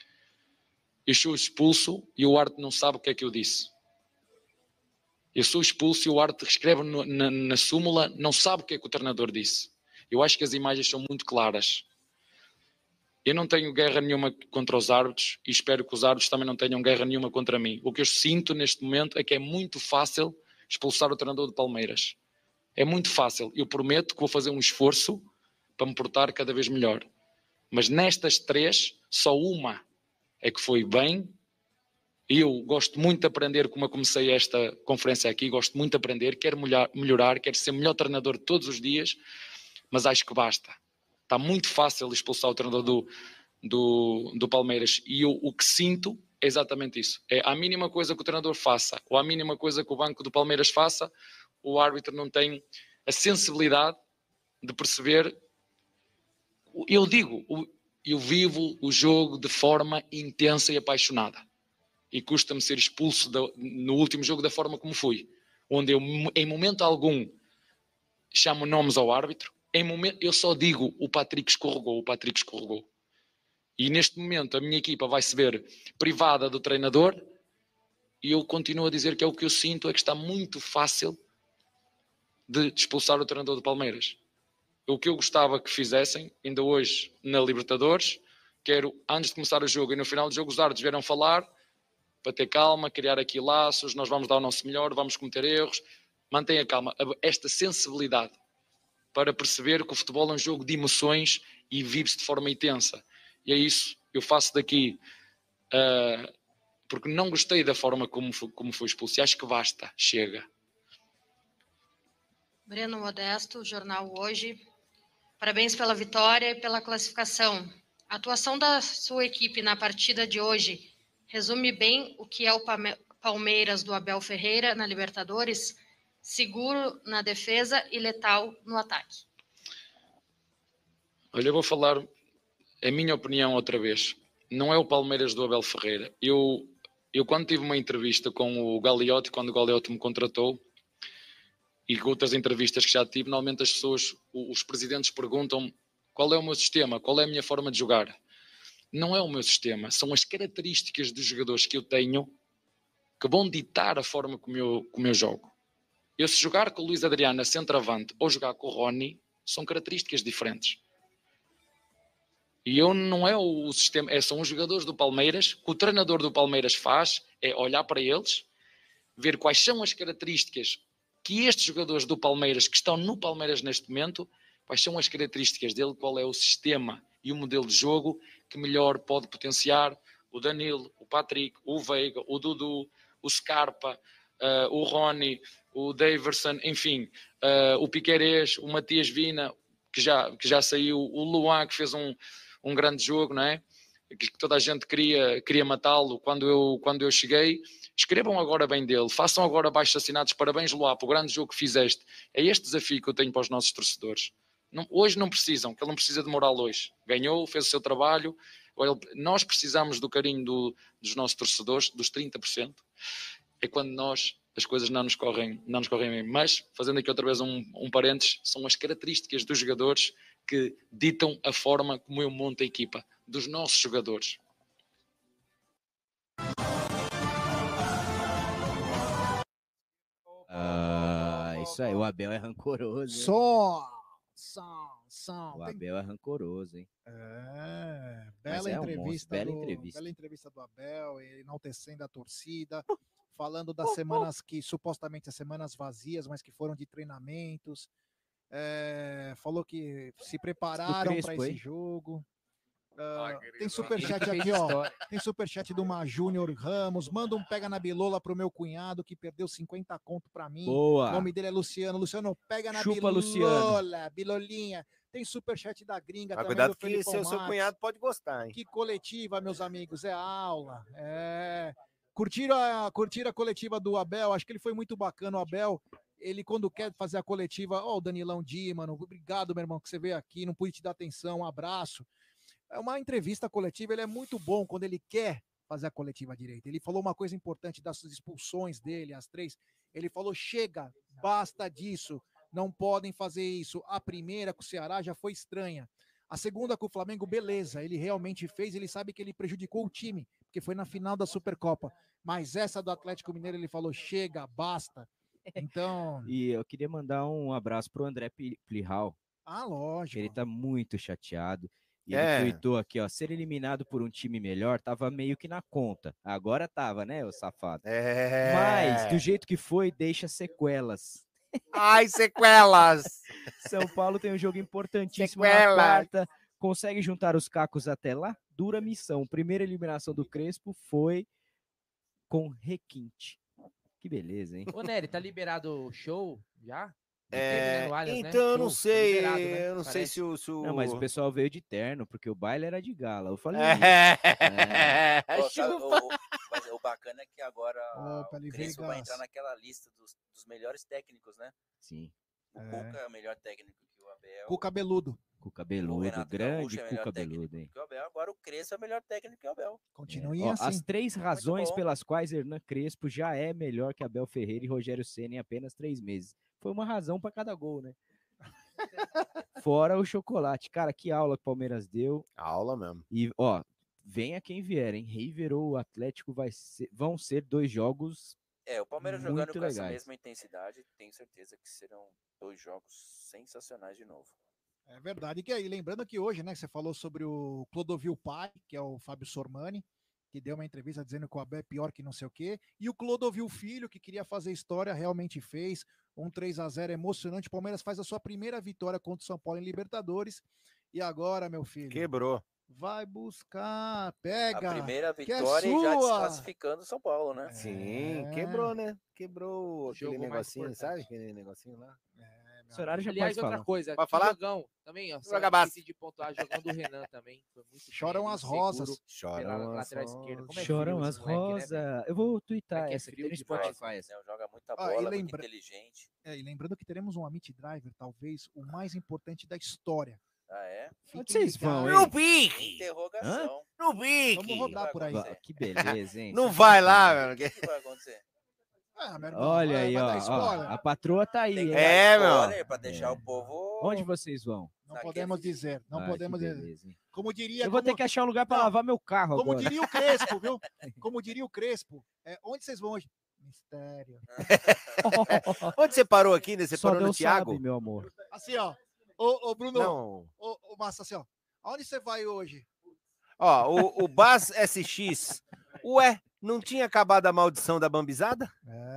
e o árbitro não sabe o que é que eu disse. Eu sou expulso e o árbitro escreve na súmula, não sabe o que é que o treinador disse. Eu acho que as imagens são muito claras. Eu não tenho guerra nenhuma contra os árbitros e espero que os árbitros também não tenham guerra nenhuma contra mim. O que eu sinto neste momento é que é muito fácil expulsar o treinador do Palmeiras. É muito fácil. Eu prometo que vou fazer um esforço para me portar cada vez melhor. Mas nestas 3, só uma é que foi bem E eu gosto muito de aprender, como eu comecei esta conferência aqui, gosto muito de aprender, quero melhorar, quero ser o melhor treinador todos os dias, mas acho que basta. Está muito fácil expulsar o treinador do Palmeiras. E eu o que sinto é exatamente isso. É a mínima coisa que o treinador faça, ou a mínima coisa que o banco do Palmeiras faça, o árbitro não tem a sensibilidade de perceber. Eu vivo o jogo de forma intensa e apaixonada. E custa-me ser expulso no último jogo da forma como fui. Onde eu, em momento algum, chamo nomes ao árbitro. Eu só digo, o Patrick escorregou. E neste momento a minha equipa vai se ver privada do treinador e eu continuo a dizer que é o que eu sinto, é que está muito fácil de expulsar o treinador do Palmeiras. O que eu gostava que fizessem, ainda hoje na Libertadores, quero, antes de começar o jogo e no final do jogo, os árbitros vieram falar para ter calma, criar aqui laços, nós vamos dar o nosso melhor, vamos cometer erros, mantenha calma, esta sensibilidade para perceber que o futebol é um jogo de emoções e vive-se de forma intensa. E é isso, eu faço daqui, porque não gostei da forma como foi expulso, e acho que basta, chega. Breno Modesto, Jornal Hoje. Parabéns pela vitória e pela classificação. A atuação da sua equipe na partida de hoje resume bem o que é o Palmeiras do Abel Ferreira na Libertadores, seguro na defesa e letal no ataque. Olha, eu vou falar a minha opinião outra vez. Não é o Palmeiras do Abel Ferreira. Eu quando tive uma entrevista com o Gagliotti, quando o Gagliotti me contratou, e com outras entrevistas que já tive, normalmente as pessoas, os presidentes perguntam qual é o meu sistema, qual é a minha forma de jogar. Não é o meu sistema, são as características dos jogadores que eu tenho que vão ditar a forma como eu jogo. Eu se jogar com o Luís Adriano a centroavante ou jogar com o Rony, são características diferentes. E eu não é o sistema, são os jogadores do Palmeiras, que o treinador do Palmeiras faz, é olhar para eles, ver quais são as características que estes jogadores do Palmeiras, que estão no Palmeiras neste momento, quais são as características dele, qual é o sistema e o modelo de jogo que melhor pode potenciar o Danilo, o Patrick, o Veiga, o Dudu, o Scarpa, o Rony, o Daverson, enfim, o Piquerez, o Matias Vina, que já saiu, o Luan, que fez um grande jogo, não é? Que toda a gente queria matá-lo quando eu cheguei. Escrevam agora bem dele, façam agora abaixo assinados, parabéns Luá, para o grande jogo que fizeste. É este desafio que eu tenho para os nossos torcedores. Hoje não precisam, que ele não precisa de moral hoje. Ganhou, fez o seu trabalho. Nós precisamos do carinho dos nossos torcedores, dos 30%. É quando as coisas não nos correm bem. Mas, fazendo aqui outra vez um parênteses, são as características dos jogadores que ditam a forma como eu monto a equipa, dos nossos jogadores. Isso aí, o Abel é rancoroso. Som. O Abel é rancoroso, hein? Bela entrevista, bela entrevista do Abel, enaltecendo a torcida, falando das semanas que supostamente as semanas vazias, mas que foram de treinamentos. Falou que se prepararam para esse jogo. Tem superchat aqui, ó. Tem superchat do Mar Júnior Ramos. Manda um pega na bilola pro meu cunhado que perdeu 50 conto pra mim. Boa. O nome dele é Luciano. Luciano, pega na Chupa, bilola. Luciano. Bilolinha. Tem superchat da gringa Mas também. cuidado do que Felipão seu cunhado pode gostar, hein? Que coletiva, meus amigos. É aula. Curtiram a coletiva do Abel. Acho que ele foi muito bacana. O Abel, ele quando quer fazer a coletiva, o Danilão Di, mano, obrigado, meu irmão, que você veio aqui, não pude te dar atenção, um abraço. É uma entrevista coletiva, ele é muito bom quando ele quer fazer a coletiva direito. Ele falou uma coisa importante das expulsões dele, as 3. Ele falou, chega, basta disso, não podem fazer isso. A primeira com o Ceará já foi estranha. A segunda com o Flamengo, beleza, ele realmente fez, ele sabe que ele prejudicou o time, porque foi na final da Supercopa. Mas essa do Atlético Mineiro, ele falou, chega, basta. Então... E eu queria mandar um abraço pro André Plihal. Lógico. Ele tá muito chateado. E ele tweetou aqui, ó, ser eliminado por um time melhor tava meio que na conta. Agora tava, né, o safado? Mas, do jeito que foi, deixa sequelas. Ai, sequelas! São Paulo tem um jogo importantíssimo na quarta. Consegue juntar os cacos até lá? Dura missão. Primeira eliminação do Crespo foi com requinte. Que beleza, hein? Ô, Nery, tá liberado o show já? Então, eu não sei, eu não sei se o... Não, mas o pessoal veio de terno, porque o baile era de gala. Eu falei Mas o bacana é que agora Opa, o Crespo vai entrar naquela lista dos melhores técnicos, né? Sim. O Cuca é o melhor técnico que o Abel. Cu cabeludo. Cu cabeludo, grande cu cabeludo, hein? Que o Abel. Agora o Crespo é o melhor técnico que o Abel. Continue Ó, assim. as 3 razões pelas quais Hernan Crespo já é melhor que Abel Ferreira e Rogério Ceni em apenas 3 meses. Foi uma razão para cada gol, né? Fora o chocolate. Cara, que aula que o Palmeiras deu. Aula mesmo. E, ó, venha quem vier, hein? River ou Atlético vão ser 2 jogos o Palmeiras muito jogando com legais. essa mesma intensidade, tenho certeza que serão 2 jogos sensacionais de novo. É verdade. E lembrando que hoje, né, você falou sobre o Clodovil pai, que é o Fábio Sormani, que deu uma entrevista dizendo que o Abel é pior que não sei o quê, e o Clodovil Filho, que queria fazer história, realmente fez, 3-0 emocionante, o Palmeiras faz a sua primeira vitória contra o São Paulo em Libertadores, e agora, meu filho... Quebrou. Vai buscar, pega. A primeira vitória e já desclassificando o São Paulo, né? Sim, quebrou, né? Quebrou aquele negocinho, sabe? Aquele negocinho lá. Esse horário já Aliás, pode outra falar. coisa, Pode falar? jogão também, ó. Joga base. Esqueci de pontuar, jogão do Renan também. Foi muito Choram bem, as rosas. Choram as Choram as rosas. Eu vou twittar É essa aqui no demais, Spotify. Joga muita bola, muito inteligente. E lembrando que teremos um Amit Driver, talvez o mais importante da história. Ah, é? Onde vocês vão, hein? No pique! Interrogação. No pique! Vamos rodar por aí. Que beleza, hein? Não vai lá, meu. O que vai acontecer? Meu irmão, Olha aí, vai ó, dar spoiler. a patroa tá aí, hein? Meu. Pra deixar o povo... Onde vocês vão? Não podemos dizer, não podemos dizer. Beleza, hein? Como diria... Eu vou ter que achar um lugar para lavar meu carro como agora. diria o Crespo, viu? Como diria o Crespo, onde vocês vão hoje? Mistério. Onde você parou aqui, né? Você Só parou no Deus Thiago? sabe, meu amor. Assim, ó. Ô Bruno. Não. Ô Massa, assim, ó. Aonde você vai hoje? Ó, o Bas SX. Ué, não tinha acabado a maldição da bambizada?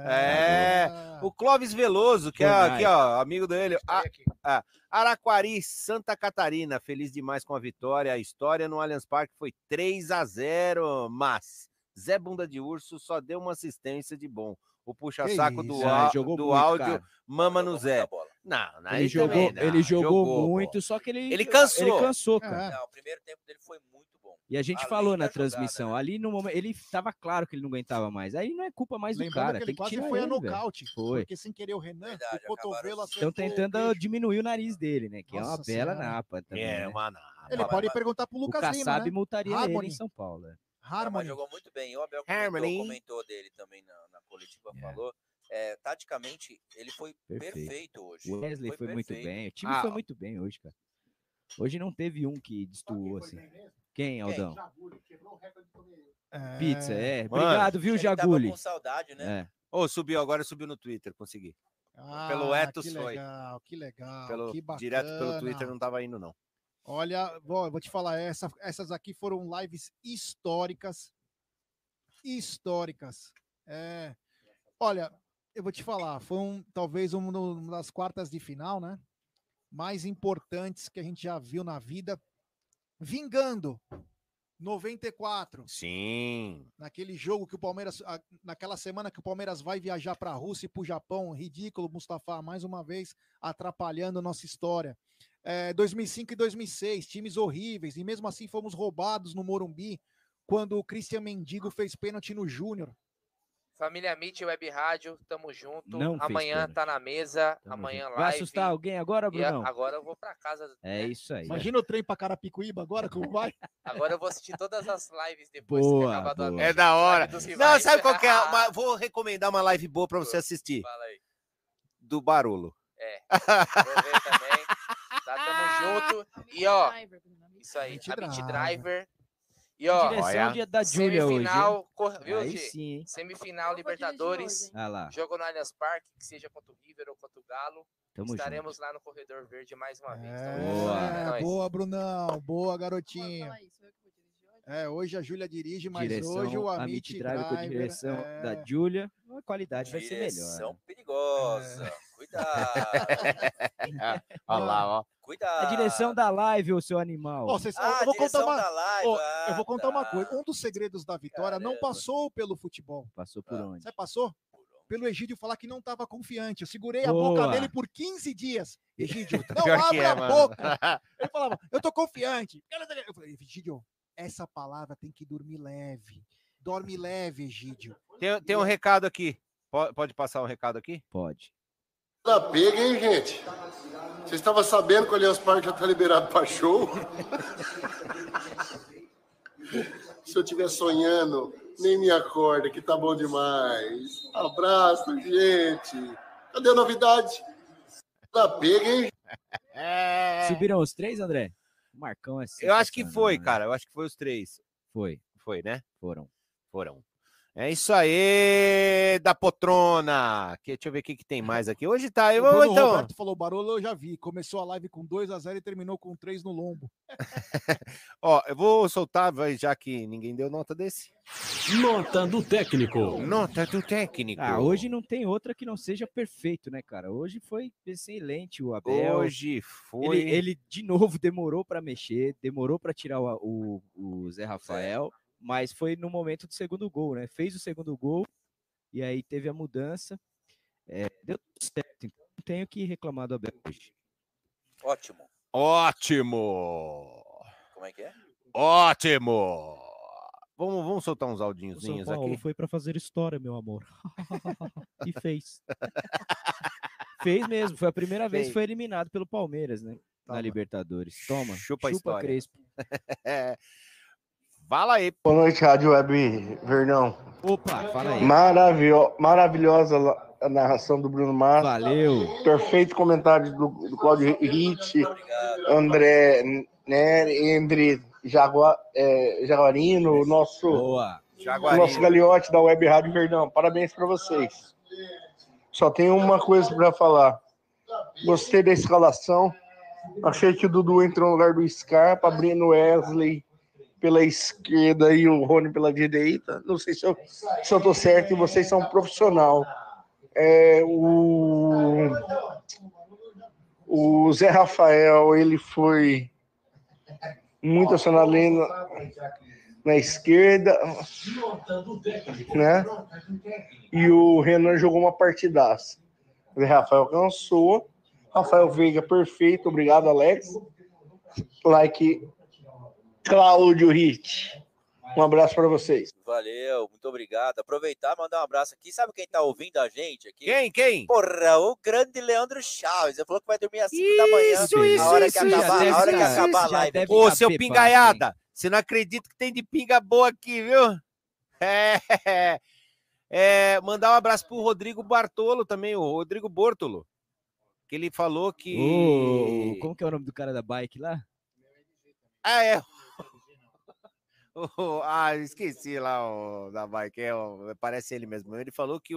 O Clóvis Veloso, que é aqui, ó, amigo dele. Araquari, Santa Catarina. Feliz demais com a vitória. A história no Allianz Parque foi 3-0, mas Zé Bunda de Urso só deu uma assistência de bom. O puxa-saco do áudio cara. mama no Zé. Não, ele jogou muito, só que ele cansou, cara. Não, o primeiro tempo dele foi muito bom. E a gente falou na transmissão, né? Ali no momento, ele estava claro que ele não aguentava mais. Aí não é culpa mais do cara. Que ele quase foi a nocaute. Porque sem querer o Renan, o cotovelo acertou. Estão tentando diminuir o nariz dele, né? Que é uma bela napa também. É uma napa. Ele pode perguntar pro Lucas Lima, né? O Kassab multaria ele Harmony. em São Paulo. Mas jogou muito bem. O Abel comentou dele também na coletiva, falou. Taticamente, ele foi perfeito hoje. O Wesley foi muito bem. O time foi muito bem hoje, cara. Hoje não teve um que destoou assim. Quem, Aldão? Pizza, Obrigado, viu, Jaguli? Com saudade, né? Agora subiu no Twitter, consegui. Pelo Etos foi. Que legal, que bacana. Direto pelo Twitter não tava indo, não. Olha, vou te falar, essas aqui foram lives históricas. Olha, eu vou te falar, foi talvez uma das quartas de final, né? Mais importantes que a gente já viu na vida. Vingando 94. Sim. Naquele jogo que o Palmeiras, naquela semana que o Palmeiras vai viajar para a Rússia e para o Japão, ridículo, Mustafa, mais uma vez atrapalhando a nossa história. 2005 e 2006, times horríveis, e mesmo assim fomos roubados no Morumbi, quando o Christian Mendigo fez pênalti no Júnior. Família Meet Web Rádio, tamo junto. Não amanhã tá na mesa, amanhã live. Vai assustar alguém agora, Brunão? Agora eu vou pra casa. É isso aí. Imagina o trem pra Carapicuíba agora, como vai? Agora eu vou assistir todas as lives depois que acabar do É da hora. Não, sabe qual que é? Vou recomendar uma live boa pra você assistir. Fala aí. Do Barolo. Vou ver também. Tamo junto. E ó, isso aí, a Beat Driver. E ó, direção da Júlia hoje. Viu, aí Gi? Sim. Semifinal Libertadores. Lá. Jogo no Allianz Parque, que seja contra o River ou contra o Galo. Estaremos junto. Lá no Corredor Verde mais uma vez. Boa, Brunão. Boa, garotinho. Hoje a Júlia dirige, mas hoje o Amit Driver com direção da Júlia. A qualidade vai ser melhor. Direção perigosa. Cuidado. Olha lá, ó. A direção da live, ô seu animal. Ó, eu vou contar eu vou contar uma coisa. Um dos segredos da vitória não passou pelo futebol. Passou por onde? Você passou? Pelo Egídio falar que não estava confiante. Eu segurei a Boa. boca dele por 15 dias. Egídio, não Pior que abra a mano. boca. Ele falava, eu tô confiante. Eu falei, Egídio, essa palavra tem que dormir leve. Dorme leve, Egídio. Tem um recado aqui. Pode passar um recado aqui? Pode. Tá pega, hein, gente? Você estava sabendo que o Allianz Parque já tá liberado para show? Se eu estiver sonhando, nem me acorda, que tá bom demais. Abraço, gente. Cadê a novidade? Tá pega, hein? Subiram os 3, André? O Marcão é Eu acho que foi, sensacional, né? cara. Eu acho que foi os 3. Foi. Foi, né? Foram. É isso aí, da Potrona. Deixa eu ver o que tem mais aqui. Hoje tá. O Bruno Roberto falou Barolo, eu já vi. Começou a live com 2-0 e terminou com 3 no lombo. Ó, eu vou soltar, já que ninguém deu nota desse. Nota do técnico. Nota do técnico. Hoje não tem outra que não seja perfeito, né, cara? Hoje foi excelente o Abel. Hoje foi. Ele de novo demorou para mexer, demorou para tirar o Zé Rafael. Mas foi no momento do segundo gol, né? Fez o segundo gol e aí teve a mudança. Deu tudo certo, então não tenho que reclamar do Abel hoje. Ótimo. Como é que é? Ótimo! Vamos soltar uns audinhos O São Paulo aqui. foi para fazer história, meu amor. E fez. Fez mesmo. Foi a primeira vez que foi eliminado pelo Palmeiras, né? Na Libertadores. Toma. Chupa a história. Crespo. Fala aí. Boa noite, Rádio Web Verdão. Opa, fala aí. Maravilhosa a narração do Bruno Massa. Valeu. Perfeito comentário do Claudio Ritt, André Nery, Jaguarino, o nosso galiote da Web Rádio Verdão. Parabéns para vocês. Só tenho uma coisa para falar. Gostei da escalação. Achei que o Dudu entrou no lugar do Scarpa, abrindo Wesley pela esquerda e o Rony pela direita. Não sei se eu tô certo e vocês são profissional. O Zé Rafael, ele foi muito acionado na esquerda, né? E o Renan jogou uma partidaça. O Zé Rafael cansou. Rafael Veiga, perfeito. Obrigado, Alex. Like Cláudio Ritt. Um abraço para vocês. Valeu, muito obrigado. Aproveitar e mandar um abraço aqui. Sabe quem tá ouvindo a gente aqui? Quem? Porra, o grande Leandro Chaves. Ele falou que vai dormir às 5 da manhã. A hora que acabar a live. Ô, seu pingaiada, você não acredita que tem de pinga boa aqui, viu? Mandar um abraço pro Rodrigo Bartolo também, o Rodrigo Bortolo. Que ele falou que... Como que é o nome do cara da bike lá? Esqueci lá o da bike, parece ele mesmo. Ele falou que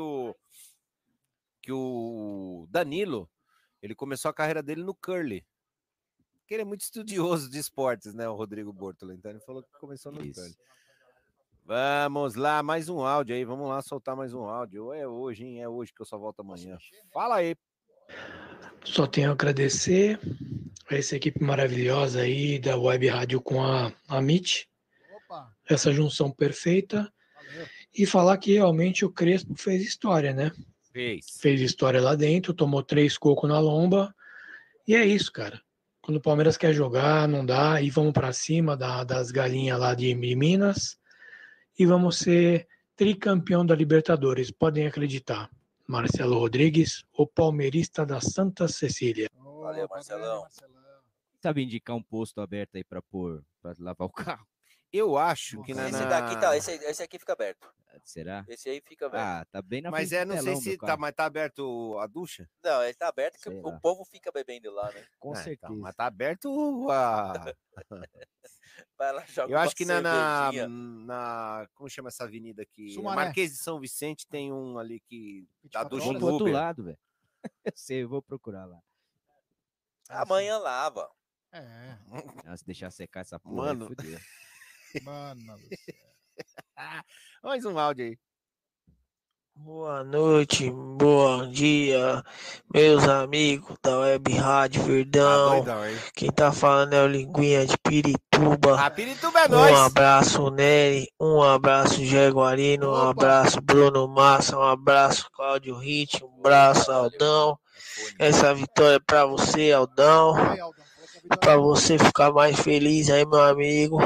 o Danilo, ele começou a carreira dele no curling. Porque ele é muito estudioso de esportes, né, o Rodrigo Bortolo. Então ele falou que começou no curling. Vamos lá, mais um áudio aí, vamos lá soltar mais um áudio. É hoje, hein? É hoje que eu só volto amanhã. Fala aí. Só tenho a agradecer a essa equipe maravilhosa aí da Web Rádio com a MIT. Essa junção perfeita. E falar que realmente o Crespo fez história, né? Fez história lá dentro, tomou 3 cocos na lomba. E é isso, cara. Quando o Palmeiras quer jogar, não dá. E vamos pra cima das galinhas lá de Minas. E vamos ser tricampeão da Libertadores. Podem acreditar. Marcelo Rodrigues, o palmeirista da Santa Cecília. Valeu, Marcelão. Sabe indicar um posto aberto aí para lavar o carro? Eu acho que esse daqui tá, esse aqui fica aberto. Será? Esse aí fica aberto. Tá bem na frente. Mas não sei se tá, mas tá aberto a ducha? Não, ele tá aberto porque o povo fica bebendo lá, né? Com certeza. Então, mas tá aberto a... Vai lá, joga eu acho que na como chama essa avenida aqui? Sumaré. Marquês de São Vicente tem um ali que dá ducha do outro lado, velho. Eu sei, eu vou procurar lá. Amanhã lava. Se deixar secar essa porra, mano. Fudeu. Mano do céu. Mais um áudio aí. Boa noite, bom dia, meus amigos da Web Rádio Verdão. doidão, hein? Quem tá falando é o Linguinha de Pirituba. A Pirituba é nóis. Um abraço, Nery. Um abraço, Jaguarino. Um abraço, Bruno Massa. Um abraço, Cláudio Ritt. Um abraço, Aldão. Essa vitória é pra você, Aldão. Pra você ficar mais feliz aí, meu amigo.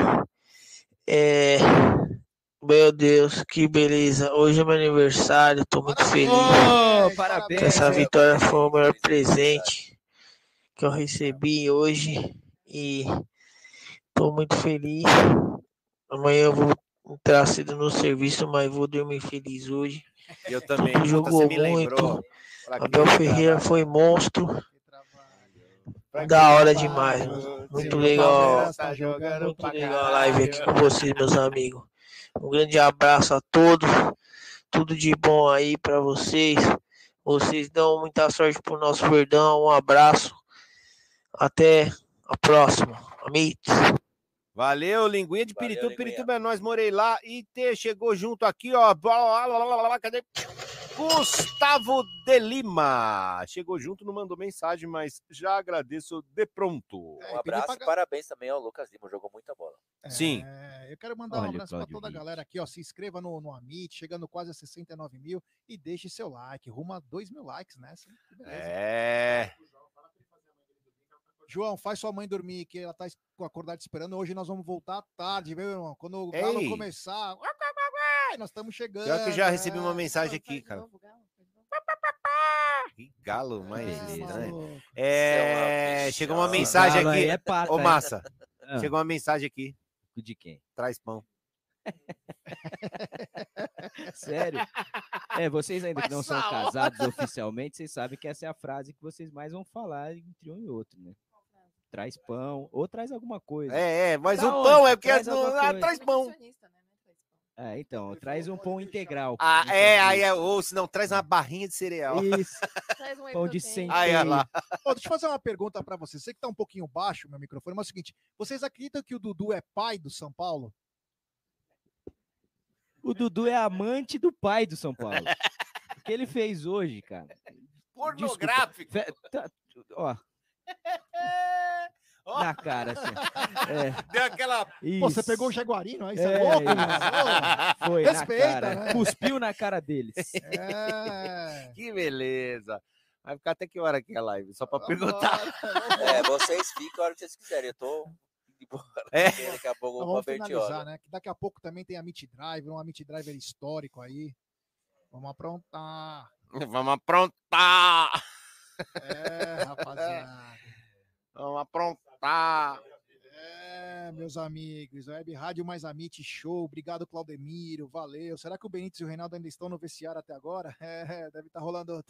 Meu Deus, que beleza. Hoje é meu aniversário, tô muito feliz. Parabéns. Que essa vitória foi o melhor presente que eu recebi hoje. E tô muito feliz. Amanhã eu vou entrar cedo no serviço, mas vou dormir feliz hoje. Eu também. Tudo jogou muito. Abel Ferreira foi monstro. Da hora demais. Muito legal. Muito legal a live aqui com vocês, meus amigos. Um grande abraço a todos. Tudo de bom aí pra vocês. Vocês dão muita sorte pro nosso Verdão. Um abraço. Até a próxima. Amitos. Valeu, Linguinha de Pirituba. Pirituba é nós, morei lá. E chegou junto aqui, ó. Cadê? Gustavo de Lima. Chegou junto, não mandou mensagem, mas já agradeço de pronto. Um abraço e parabéns também ao Lucas Lima, jogou muita bola. Sim. Eu quero mandar um abraço para toda a galera aqui, ó. Se inscreva no Amit, chegando quase a 69 mil e deixe seu like. Rumo a 2 mil likes, né? João, faz sua mãe dormir, que ela tá acordada esperando. Hoje nós vamos voltar tarde, viu, irmão? Quando o galo começar, nós estamos chegando. Pior que eu já recebi uma mensagem aqui, cara. Que galo mais estranho. Chegou uma mensagem aqui. Ô, Massa, chegou uma mensagem aqui. De quem? Traz pão. Sério? Vocês ainda que não são casados oficialmente, vocês sabem que essa é a frase que vocês mais vão falar entre um e outro, né? Traz pão, ou traz alguma coisa. Mas o pão é porque traz pão. Então, traz um pão integral. Ou se não, traz uma barrinha de cereal. Isso. Traz um pão de centeio. Deixa eu fazer uma pergunta pra você. Sei que tá um pouquinho baixo meu microfone, mas é o seguinte, vocês acreditam que o Dudu é pai do São Paulo? O Dudu é amante do pai do São Paulo. O que ele fez hoje, cara? Pornográfico. Ó. Na cara, assim. Deu aquela... Pô, você pegou o Jaguarino, aí você é louco, Foi respeita, na cara. né? Cuspiu na cara deles. Que beleza. Vai ficar até que hora aqui a live? Só pra perguntar. Vocês ficam a hora que vocês quiserem. Eu tô... Daqui a pouco vamos finalizar, né? Que daqui a pouco também tem a Meet Driver, um Meet Driver histórico aí. Vamos aprontar. Rapaziada. Vamos aprontar. Meus amigos, Web Rádio mais Amit Show. Obrigado, Claudemiro. Valeu. Será que o Benítez e o Reinaldo ainda estão no vestiário até agora? Deve estar rolando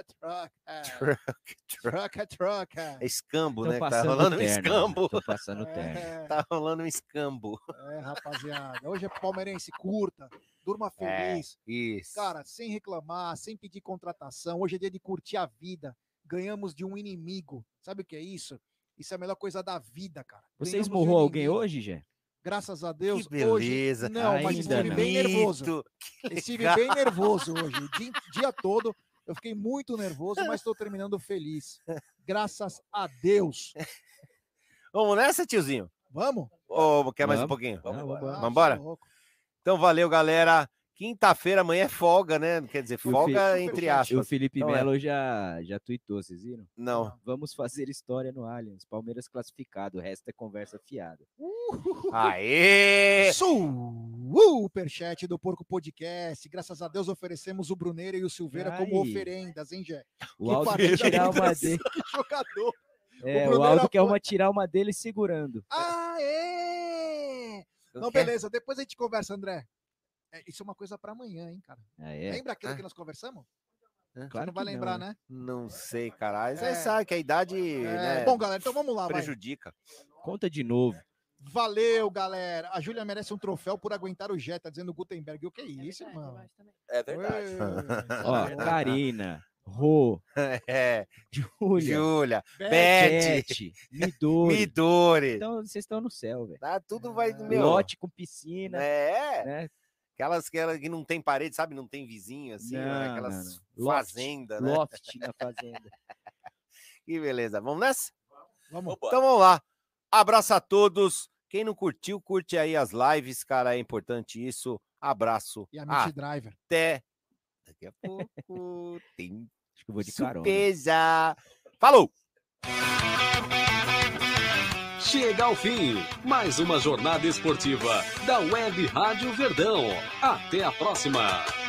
troca. É escambo, né? Tá rolando um escambo. Tô passando terno. Tá rolando um escambo. Rapaziada. Hoje é palmeirense, curta. Durma feliz. Isso. Cara, sem reclamar, sem pedir contratação. Hoje é dia de curtir a vida. Ganhamos de um inimigo. Sabe o que é isso? Isso é a melhor coisa da vida, cara. Você esmurrou alguém hoje, Gê? Graças a Deus. Que beleza. Hoje, não, mas estive bem nervoso. Estive bem nervoso hoje. O dia todo eu fiquei muito nervoso, mas estou terminando feliz. Graças a Deus. Vamos nessa, tiozinho? Vamos? Ou quer mais um pouquinho? Vamos embora? Então, valeu, galera. Quinta-feira, amanhã é folga, né? Quer dizer, folga entre aspas. O Felipe Melo já tweetou, vocês viram? Não. Vamos fazer história no Allianz. Palmeiras classificado, o resto é conversa fiada. Aê! Superchat do Porco Podcast. Graças a Deus oferecemos o Bruneira e o Silveira como oferendas, hein, Gé? O Aldo quer tirar uma dele. Que jogador. O Aldo quer tirar uma dele segurando. Não, beleza. Depois a gente conversa, André. Isso é uma coisa pra amanhã, hein, cara? Lembra aquilo que nós conversamos? Claro não vai lembrar, né? Não sei, caralho. Você sabe que a idade né, bom, galera, então vamos lá. Prejudica. Conta de novo. Valeu, galera. A Júlia merece um troféu por aguentar o Jet, tá dizendo Gutenberg. O que é isso, irmão? É verdade. Ó, Karina, Rô, Júlia, Beth, Midori. Então vocês estão no céu, velho. Tudo vai do meu. Lote com piscina. Né? Aquelas que não tem parede, sabe? Não tem vizinho, assim, Não, aquelas não. fazenda, né? Loft na fazenda. Que beleza. Vamos nessa? Vamos. Então vamos lá. Abraço a todos. Quem não curtiu, curte aí as lives, cara. É importante isso. Abraço. E a Meet Driver. Até daqui a pouco. Tem Acho que eu vou de carona. surpresa. Falou! Chega ao fim, mais uma jornada esportiva da Web Rádio Verdão. Até a próxima!